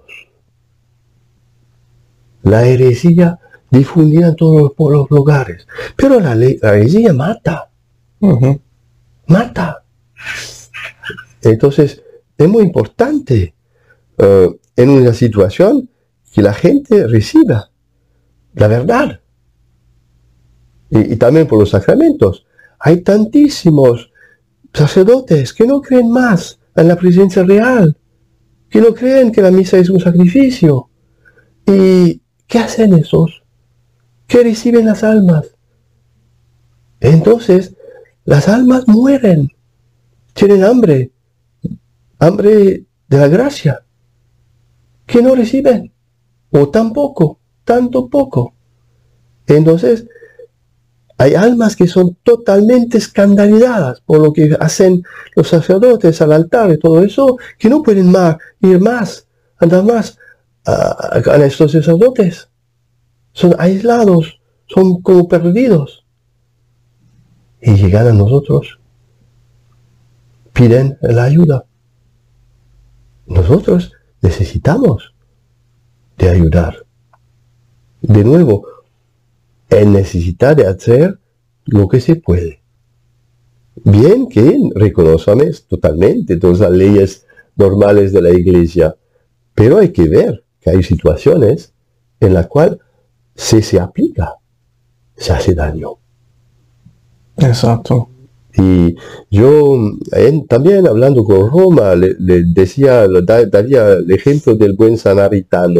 La herejía difundida en todos los, los lugares. Pero la, la herejía mata. Uh-huh. Mata. Entonces, es muy importante uh, en una situación que la gente reciba la verdad. Y, y también por los sacramentos. Hay tantísimos sacerdotes que no creen más en la presencia real, que no creen que la misa es un sacrificio. ¿Y qué hacen esos? ¿Qué reciben las almas? Entonces, las almas mueren, tienen hambre, hambre de la gracia, que no reciben, o tampoco, tanto poco. Entonces, hay almas que son totalmente escandalizadas por lo que hacen los sacerdotes al altar y todo eso, que no pueden más, ir más, andar más a, a estos sacerdotes. Son aislados, son como perdidos. Y llegan a nosotros, piden la ayuda. Nosotros necesitamos de ayudar. De nuevo, es necesidad de hacer lo que se puede. Bien que reconozcamos totalmente todas las leyes normales de la Iglesia, pero hay que ver que hay situaciones en las cuales si se aplica, se hace daño. Exacto. Y yo en, también hablando con Roma, le, le decía, da, daría el ejemplo del buen samaritano.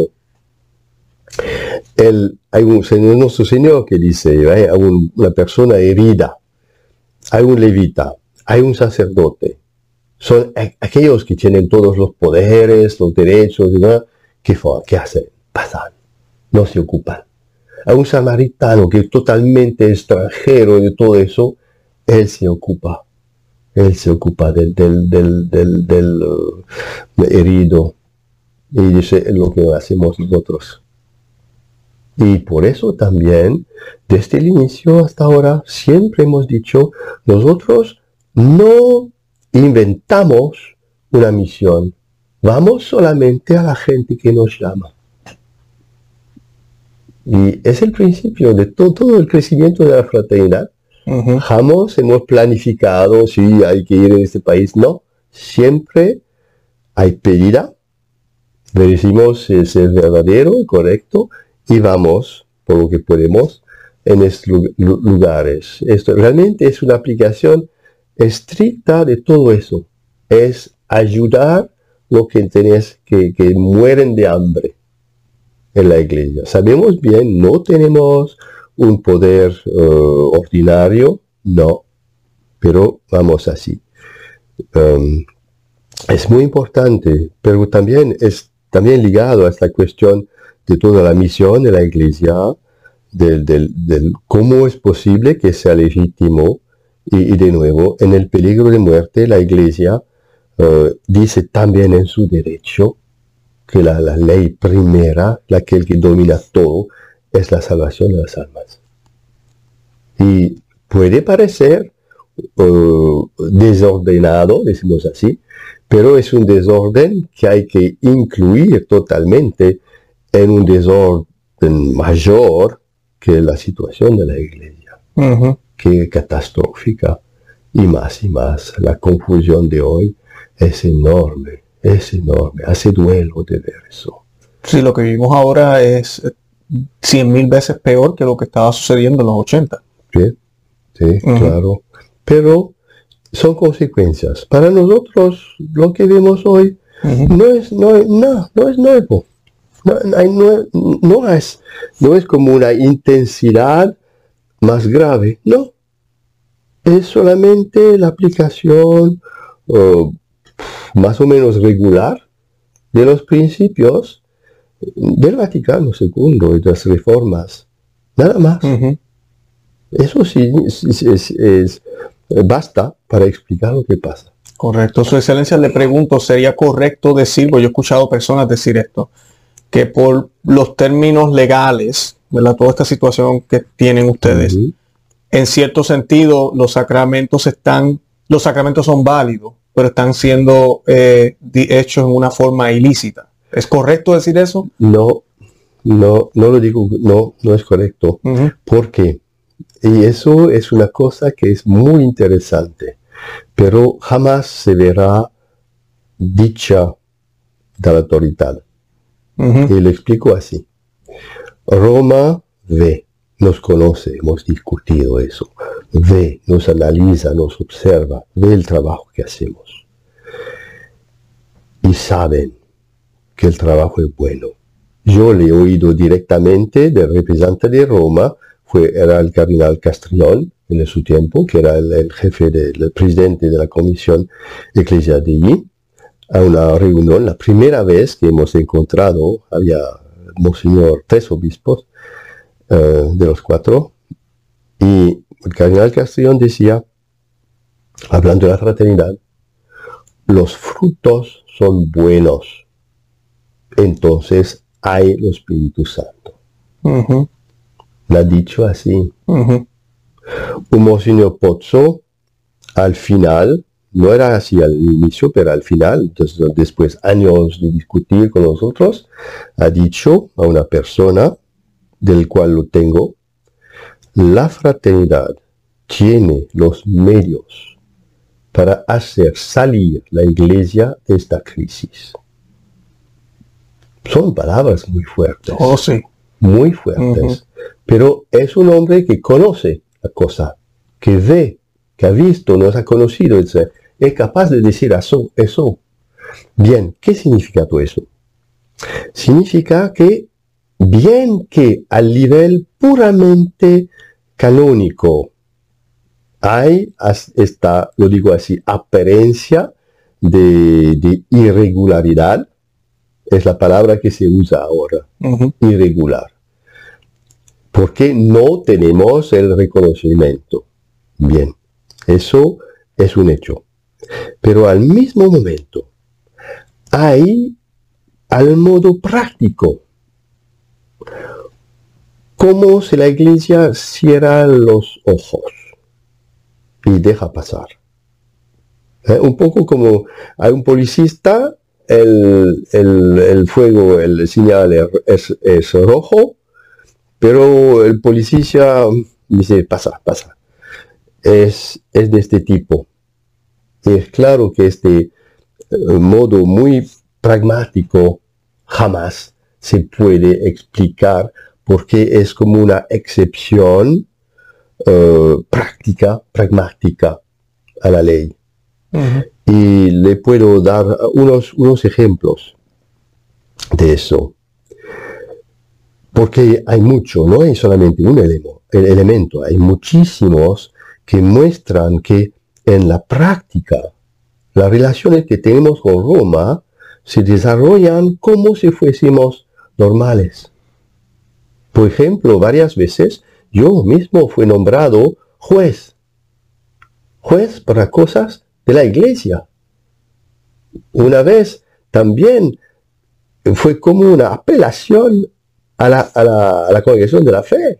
El, hay un señor, nuestro Señor que dice, hay un, una persona herida, hay un levita, hay un sacerdote. Son aquellos que tienen todos los poderes, los derechos, ¿no? ¿Qué, ¿Qué hacen? Pasan, no se ocupan. A un samaritano que es totalmente extranjero de todo eso, él se ocupa. Él se ocupa del, del, del, del, del uh, herido. Y dice, es lo que hacemos nosotros. Y por eso también, desde el inicio hasta ahora, siempre hemos dicho, nosotros no inventamos una misión. Vamos solamente a la gente que nos llama. Y es el principio de todo, todo el crecimiento de la fraternidad. Uh-huh. Jamás hemos planificado si hay que ir en este país. No, siempre hay pedida, le decimos si es verdadero y correcto y vamos por lo que podemos en estos lugares. Esto realmente es una aplicación estricta de todo eso. Es ayudar los que tenés que, que mueren de hambre en la iglesia. Sabemos bien, no tenemos un poder uh, ordinario, no, pero vamos así. Um, es muy importante, pero también es también ligado a esta cuestión de toda la misión de la iglesia, del, del, del cómo es posible que sea legítimo, y, y de nuevo, en el peligro de muerte, la iglesia uh, dice también en su derecho que la, la ley primera, la que el que domina todo, es la salvación de las almas. Y puede parecer uh, desordenado, decimos así, pero es un desorden que hay que incluir totalmente en un desorden mayor que la situación de la iglesia, uh-huh. que es catastrófica, y más y más. La confusión de hoy es enorme, es enorme, hace duelo de ver eso. Sí, lo que vivimos ahora es cien mil veces peor que lo que estaba sucediendo en los ochenta. Sí, sí, uh-huh. claro. Pero son consecuencias. Para nosotros, lo que vemos hoy uh-huh. no, es, no, no, no es nuevo. No, no, no, es, no es como una intensidad más grave, no. Es solamente la aplicación uh, más o menos regular de los principios del Vaticano segundo y de las reformas. Nada más. Uh-huh. Eso sí es, es, es, basta para explicar lo que pasa. Correcto. Su Excelencia, le pregunto, ¿sería correcto decir, porque yo he escuchado personas decir esto, que por los términos legales, ¿verdad? Toda esta situación que tienen ustedes, uh-huh. en cierto sentido, los sacramentos están, los sacramentos son válidos, pero están siendo eh, hechos en una forma ilícita? ¿Es correcto decir eso? No, no, no lo digo, no, no es correcto. Uh-huh. ¿Por qué? Y eso es una cosa que es muy interesante, pero jamás se verá dicha de la autoridad. Uh-huh. Y lo explico así. Roma ve, nos conoce, hemos discutido eso, ve, nos analiza, nos observa, ve el trabajo que hacemos. Y saben que el trabajo es bueno. Yo le he oído directamente del representante de Roma, fue, era el cardenal Castrillón en su tiempo, que era el, el jefe, del el presidente de la Comisión Eclesial de allí, a una reunión, la primera vez que hemos encontrado, había monseñor, tres obispos, uh, de los cuatro, y el cardenal Castrillón decía, hablando de la fraternidad, los frutos son buenos, entonces hay el Espíritu Santo. Uh-huh. Lo ha dicho así. Uh-huh. Un monseñor Pozzo, al final, no era así al inicio, pero al final, entonces, después años de discutir con nosotros, ha dicho a una persona, del cual lo tengo, la fraternidad tiene los medios para hacer salir la Iglesia de esta crisis. Son palabras muy fuertes. Oh, sí. Muy fuertes. Uh-huh. Pero es un hombre que conoce la cosa, que ve, que ha visto, nos ha conocido, etcétera. Es capaz de decir eso, eso. Bien, ¿qué significa todo eso? Significa que, bien que al nivel puramente canónico hay esta, lo digo así, apariencia de, de irregularidad, es la palabra que se usa ahora, uh-huh. irregular, porque no tenemos el reconocimiento. Bien, eso es un hecho. Pero al mismo momento, hay al modo práctico, como si la Iglesia cierra los ojos y deja pasar. ¿Eh? Un poco como hay un policista, el, el, el fuego, el señal es, es rojo, pero el policía dice, pasa, pasa. Es, es de este tipo. Y es claro que este uh, modo muy pragmático jamás se puede explicar porque es como una excepción uh, práctica, pragmática a la ley. Uh-huh. Y le puedo dar unos, unos ejemplos de eso. Porque hay mucho, no hay solamente un elemo, el elemento, hay muchísimos que muestran que en la práctica, las relaciones que tenemos con Roma se desarrollan como si fuésemos normales. Por ejemplo, varias veces yo mismo fui nombrado juez. Juez para cosas de la Iglesia. Una vez también fue como una apelación a la, a la, a la congregación de la fe.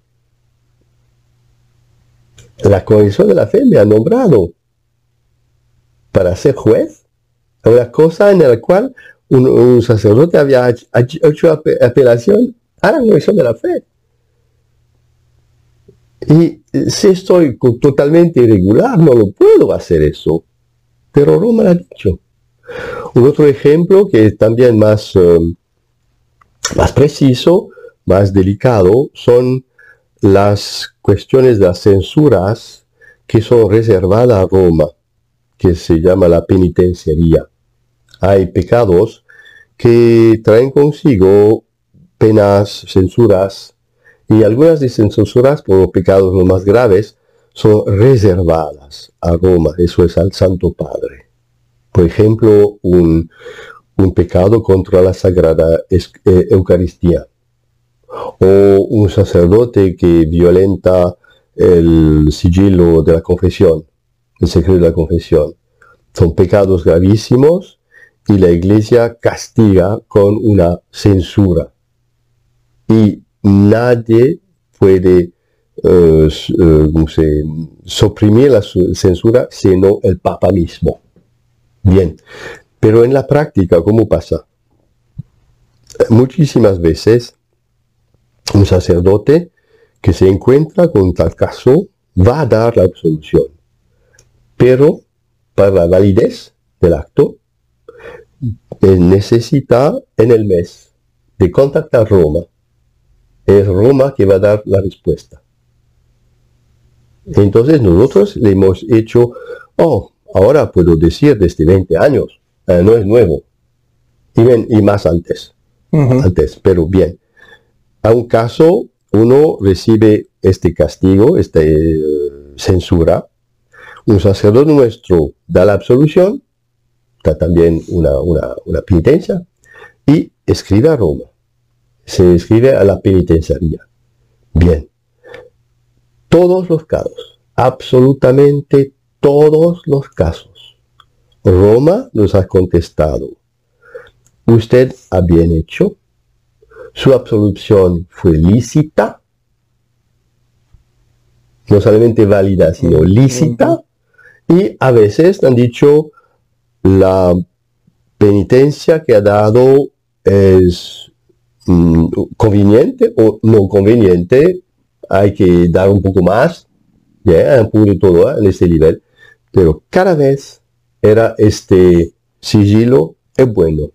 La congregación de la fe me ha nombrado para ser juez, una cosa en la cual un, un sacerdote había hecho apelación a la congregación de la fe. Y si estoy totalmente irregular, no lo puedo hacer eso. Pero Roma lo ha dicho. Un otro ejemplo que es también más, um, más preciso, más delicado, son las cuestiones de las censuras que son reservadas a Roma, que se llama la penitenciaría. Hay pecados que traen consigo penas, censuras, y algunas de esas censuras, por los pecados los más graves, son reservadas a Roma, eso es al Santo Padre. Por ejemplo, un, un pecado contra la Sagrada Eucaristía, o un sacerdote que violenta el sigilo de la confesión, el secreto de la confesión. Son pecados gravísimos y la Iglesia castiga con una censura. Y nadie puede uh, uh, se, suprimir la censura sino el Papa mismo. Bien, pero en la práctica, ¿cómo pasa? Muchísimas veces un sacerdote que se encuentra con tal caso va a dar la absolución, pero para la validez del acto necesita en el mes de contactar Roma es Roma que va a dar la respuesta. Entonces nosotros le hemos hecho, oh, ahora puedo decir desde veinte años, eh, no es nuevo, y, bien, y más antes, uh-huh. antes, pero bien. A un caso, uno recibe este castigo, esta eh, censura, un sacerdote nuestro da la absolución, da también una, una, una penitencia, y escribe a Roma, se escribe a la penitenciaría. Bien. Todos los casos, absolutamente todos los casos, Roma nos ha contestado, usted ha bien hecho, su absolución fue lícita, no solamente válida, sino lícita, y a veces han dicho, la penitencia que ha dado es mm, conveniente o no conveniente, hay que dar un poco más, yeah, un poco de todo ¿eh? en este nivel, pero cada vez era este sigilo es bueno.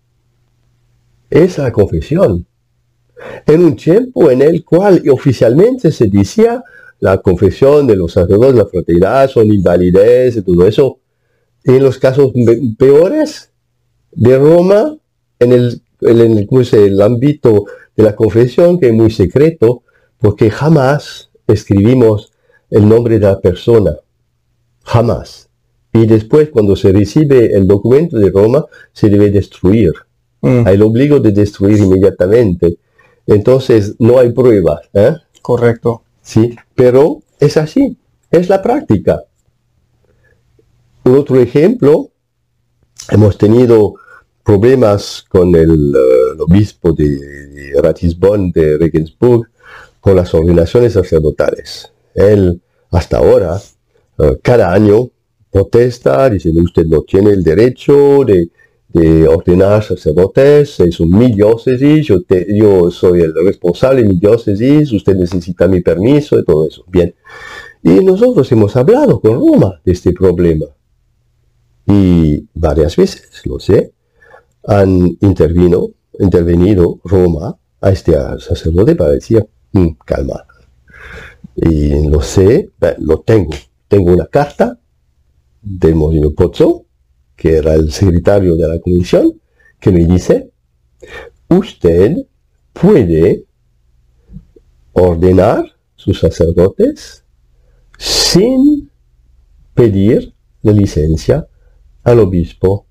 Es la confesión. En un tiempo en el cual oficialmente se decía la confesión de los sacerdotes, la fraternidad, son invalidez y todo eso. En los casos peores de Roma, en el, en el, el ámbito de la confesión, que es muy secreto, porque jamás escribimos el nombre de la persona, jamás. Y después, cuando se recibe el documento de Roma, se debe destruir. Mm. Hay el obligo de destruir inmediatamente. Entonces, no hay pruebas. ¿eh? Correcto. Sí, pero es así, es la práctica. Un otro ejemplo, hemos tenido problemas con el, uh, el obispo de, de Ratisbon, de Regensburg, con las ordenaciones sacerdotales. Él, hasta ahora, uh, cada año protesta diciendo usted no tiene el derecho de, de ordenar sacerdotes, es un mi diócesis, yo, te, yo soy el responsable de mi diócesis, usted necesita mi permiso y todo eso. Bien. Y nosotros hemos hablado con Roma de este problema. Y varias veces, lo sé, han intervino, intervenido Roma a este sacerdote para decir, mm, calma. Y lo sé, lo tengo. Tengo una carta de Monsignor Pozzo, que era el secretario de la comisión, que me dice, usted puede ordenar sus sacerdotes sin pedir la licencia al obispo.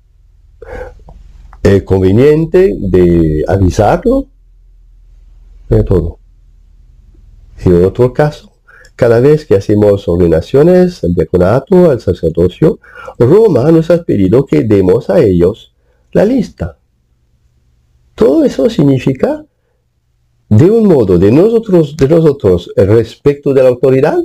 Es conveniente de avisarlo de todo. Y en otro caso, cada vez que hacemos ordenaciones al diaconato, al sacerdocio, Roma nos ha pedido que demos a ellos la lista. Todo eso significa, de un modo, de nosotros, de nosotros el respeto de la autoridad,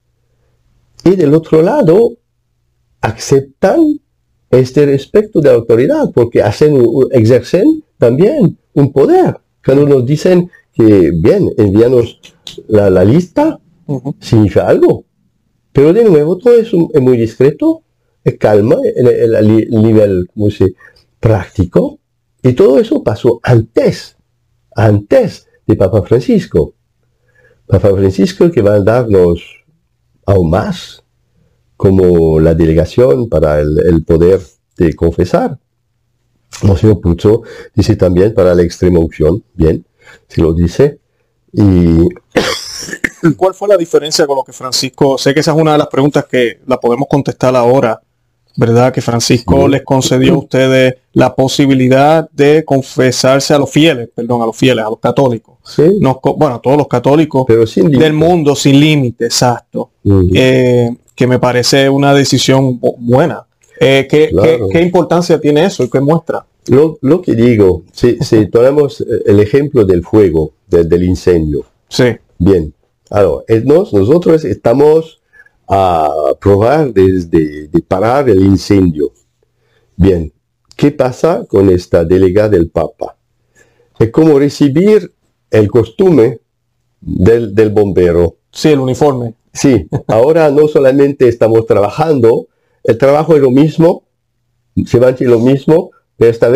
y del otro lado, aceptan este respeto de la autoridad, porque hacen, ejercen también un poder. Cuando nos dicen que, bien, envíanos la, la lista, uh-huh. significa algo. Pero de nuevo, todo es, un, es muy discreto, es calma, en el, el, el nivel, como se, práctico, y todo eso pasó antes, antes de Papa Francisco. Papa Francisco que va a darnos aún más, como la delegación para el, el poder de confesar. Monsignor Pozzo dice también para la extrema unción, bien, se lo dice. Y ¿cuál fue la diferencia con lo que Francisco? Sé que esa es una de las preguntas que la podemos contestar ahora, ¿verdad? Que Francisco sí. les concedió a ustedes la posibilidad de confesarse a los fieles, perdón, a los fieles, a los católicos. Sí. Nos, bueno, a todos los católicos pero sin del mundo sin límite, exacto. Uh-huh. eh, que me parece una decisión buena. Eh, ¿qué, claro. ¿qué, ¿Qué importancia tiene eso y qué muestra? Lo, lo que digo, si, si tomamos el ejemplo del fuego, del, del incendio. Sí. Bien. Ahora, nos, nosotros estamos a probar de, de, de parar el incendio. Bien. ¿Qué pasa con esta delegada del Papa? Es como recibir el costume del, del bombero. Sí, el uniforme. Sí, ahora no solamente estamos trabajando, el trabajo es lo mismo, se va a decir lo mismo, pero esta vez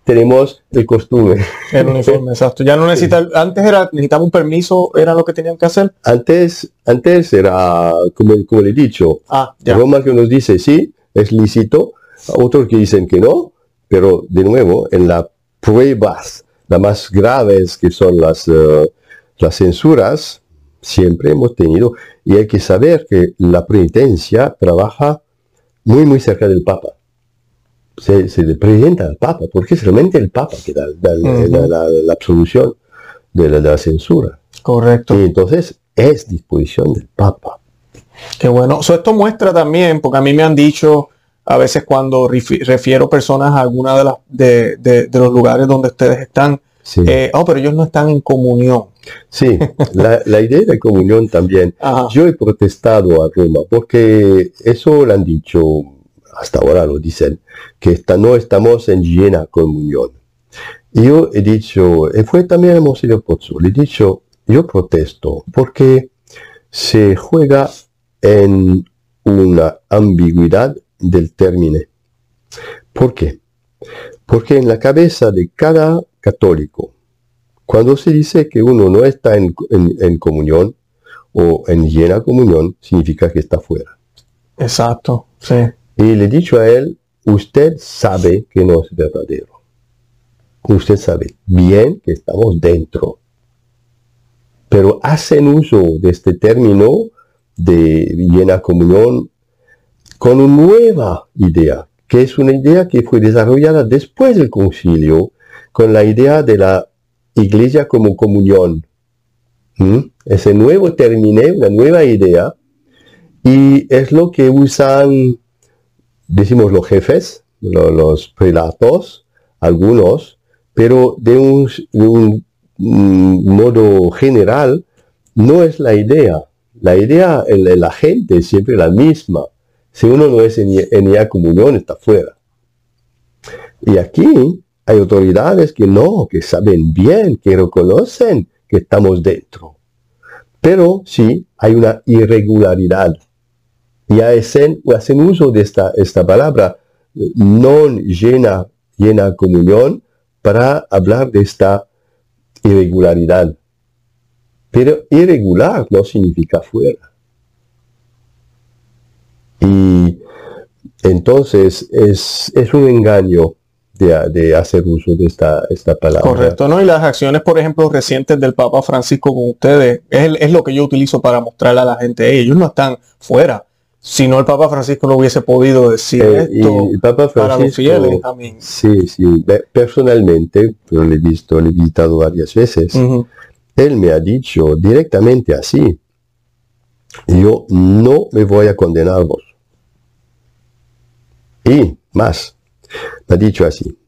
tenemos el costumbre. El uniforme, exacto. Ya no necesita, antes era, necesitaba un permiso, era lo que tenían que hacer. Antes, antes era, como, como le he dicho, ah, ya. Roma que nos dice sí, es lícito, otros que dicen que no, pero de nuevo, en las pruebas, las más graves que son las, uh, las censuras, siempre hemos tenido, y hay que saber que la penitencia trabaja muy, muy cerca del Papa. Se, se le presenta al Papa, porque es realmente el Papa que da, da uh-huh. la, la, la absolución de la, de la censura. Correcto. Y entonces es disposición del Papa. Qué bueno. So, esto muestra también, porque a mí me han dicho, a veces cuando refiero personas a alguna de, las, de, de, de los lugares donde ustedes están, sí. eh, oh, pero ellos no están en comunión. Sí, la, la idea de comunión también. Ajá. Yo he protestado a Roma, porque eso lo han dicho, hasta ahora lo dicen, que está, no estamos en llena comunión. Y yo he dicho, y fue también el Monseñor Pozzo, le he dicho, yo protesto, porque se juega en una ambigüedad del término. ¿Por qué? Porque en la cabeza de cada católico, cuando se dice que uno no está en, en, en comunión o en llena comunión, significa que está fuera. Exacto, sí. Y le he dicho a él, usted sabe que no es verdadero. Usted sabe bien que estamos dentro. Pero hacen uso de este término de llena comunión con una nueva idea, que es una idea que fue desarrollada después del concilio, con la idea de la iglesia como comunión. ¿Mm? Ese nuevo término, una nueva idea, y es lo que usan, decimos los jefes, los, los prelatos, algunos, pero de un, de un mm, modo general, no es la idea. La idea en la, en la gente es siempre la misma. Si uno no es en, en ella comunión, está fuera. Y aquí hay autoridades que no, que saben bien, que reconocen que estamos dentro. Pero sí, hay una irregularidad. Y hacen, hacen uso de esta, esta palabra, no llena, llena comunión, para hablar de esta irregularidad. Pero irregular no significa fuera. Y entonces es, es un engaño de, de hacer uso de esta, esta palabra. Correcto, ¿no? Y las acciones, por ejemplo, recientes del Papa Francisco con ustedes, es, es lo que yo utilizo para mostrarle a la gente, ellos no están fuera. Si no, el Papa Francisco no hubiese podido decir eh, esto y el Papa Francisco, para los fieles también. Sí, sí, personalmente, pero lo he visto, lo he visitado varias veces, uh-huh. Él me ha dicho directamente así, yo no me voy a condenarvos. Y más, me ha dicho así,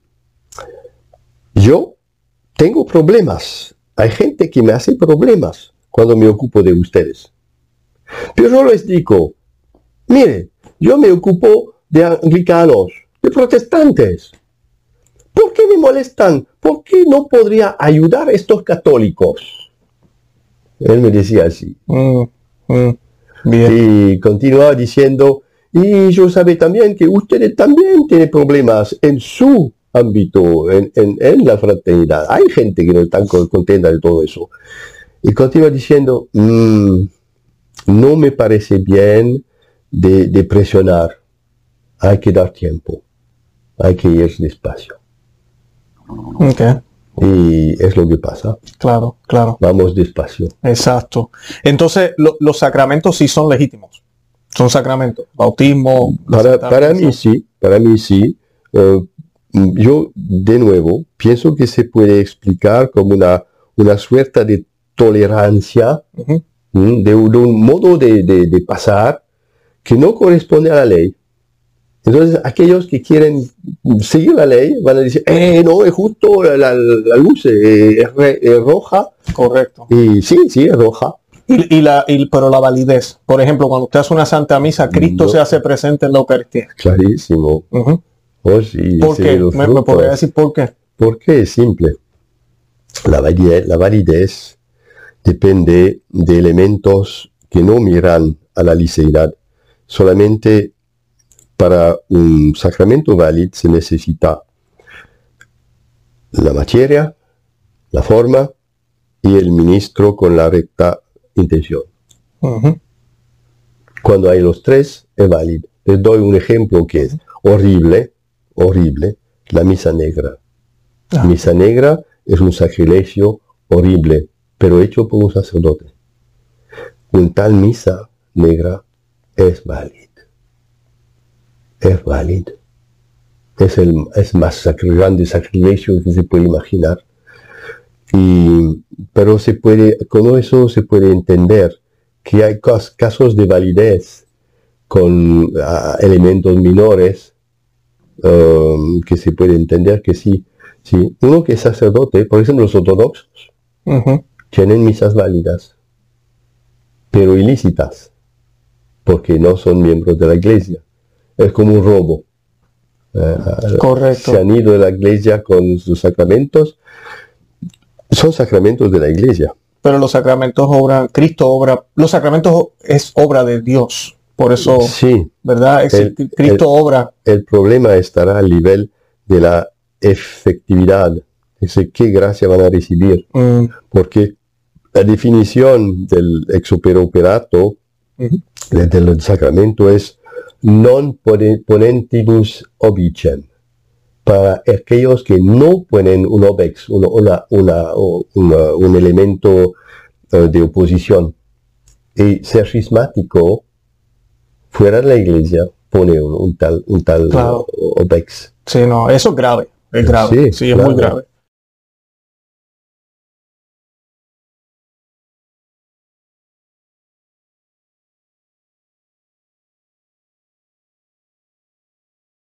yo tengo problemas, hay gente que me hace problemas cuando me ocupo de ustedes. Pero yo les digo, mire, yo me ocupo de anglicanos, de protestantes. ¿Por qué me molestan? ¿Por qué no podría ayudar a estos católicos? Él me decía así. Mm, mm, bien. Y continuaba diciendo, y yo sabe también que ustedes también tienen problemas en su ámbito, en, en, en la fraternidad. Hay gente que no está contenta de todo eso. Y continúa diciendo, mmm, no me parece bien de, de presionar. Hay que dar tiempo. Hay que ir despacio. Okay. Y es lo que pasa. Claro, claro. Vamos despacio. Exacto. Entonces, lo, los sacramentos sí son legítimos. Son sacramentos. Bautismo. Para, para mí sí, para mí sí. Uh, yo, de nuevo, pienso que se puede explicar como una, una suerte de tolerancia, uh-huh. de, de un modo de, de, de pasar que no corresponde a la ley. Entonces, aquellos que quieren seguir la ley van a decir, eh, no, es justo, la, la, la luz eh, es, re, es roja. Correcto. Y sí, sí, es roja. Y, y la, y, pero la validez, por ejemplo, cuando usted hace una Santa Misa, Cristo no. se hace presente en la Eucaristía. Clarísimo. Uh-huh. Oh, sí, ¿Por qué? ¿Me, ¿Me podría decir por qué? Porque es simple. La validez, la validez depende de elementos que no miran a la liceidad. Solamente para un sacramento válido se necesita la materia, la forma y el ministro con la recta intención. Uh-huh. Cuando hay los tres, es válido. Les doy un ejemplo que es horrible, horrible, la misa negra. Ah. Misa negra es un sacrilegio horrible, pero hecho por un sacerdote. Un tal misa negra es válido. Es válido. Es el es más sacri- grande sacrilegio que se puede imaginar. Y, pero se puede, con eso se puede entender que hay cas- casos de validez con uh, elementos menores um, que se puede entender que sí, sí. Uno que es sacerdote, por ejemplo los ortodoxos, Uh-huh. tienen misas válidas, pero ilícitas, porque no son miembros de la iglesia. Es como un robo. Uh, Correcto. Se han ido de la iglesia con sus sacramentos. Son sacramentos de la iglesia. Pero los sacramentos obran, Cristo obra, los sacramentos es obra de Dios. Por eso, Sí, ¿verdad? Es, el- Cristo obra. el problema estará al nivel de la efectividad. Es decir, qué gracia van a recibir. Mm, Porque la definición del ex opere operato, ujú. de- del sacramento, es non pone- ponentibus obicem. Para aquellos que no ponen un obex, una, una, una- una- un elemento eh, de oposición. Y ser cismático fuera de la iglesia pone un, un tal, un tal Claro. eh, obex. Sí, no, eso es grave. Es grave. Sí, es claro. muy grave.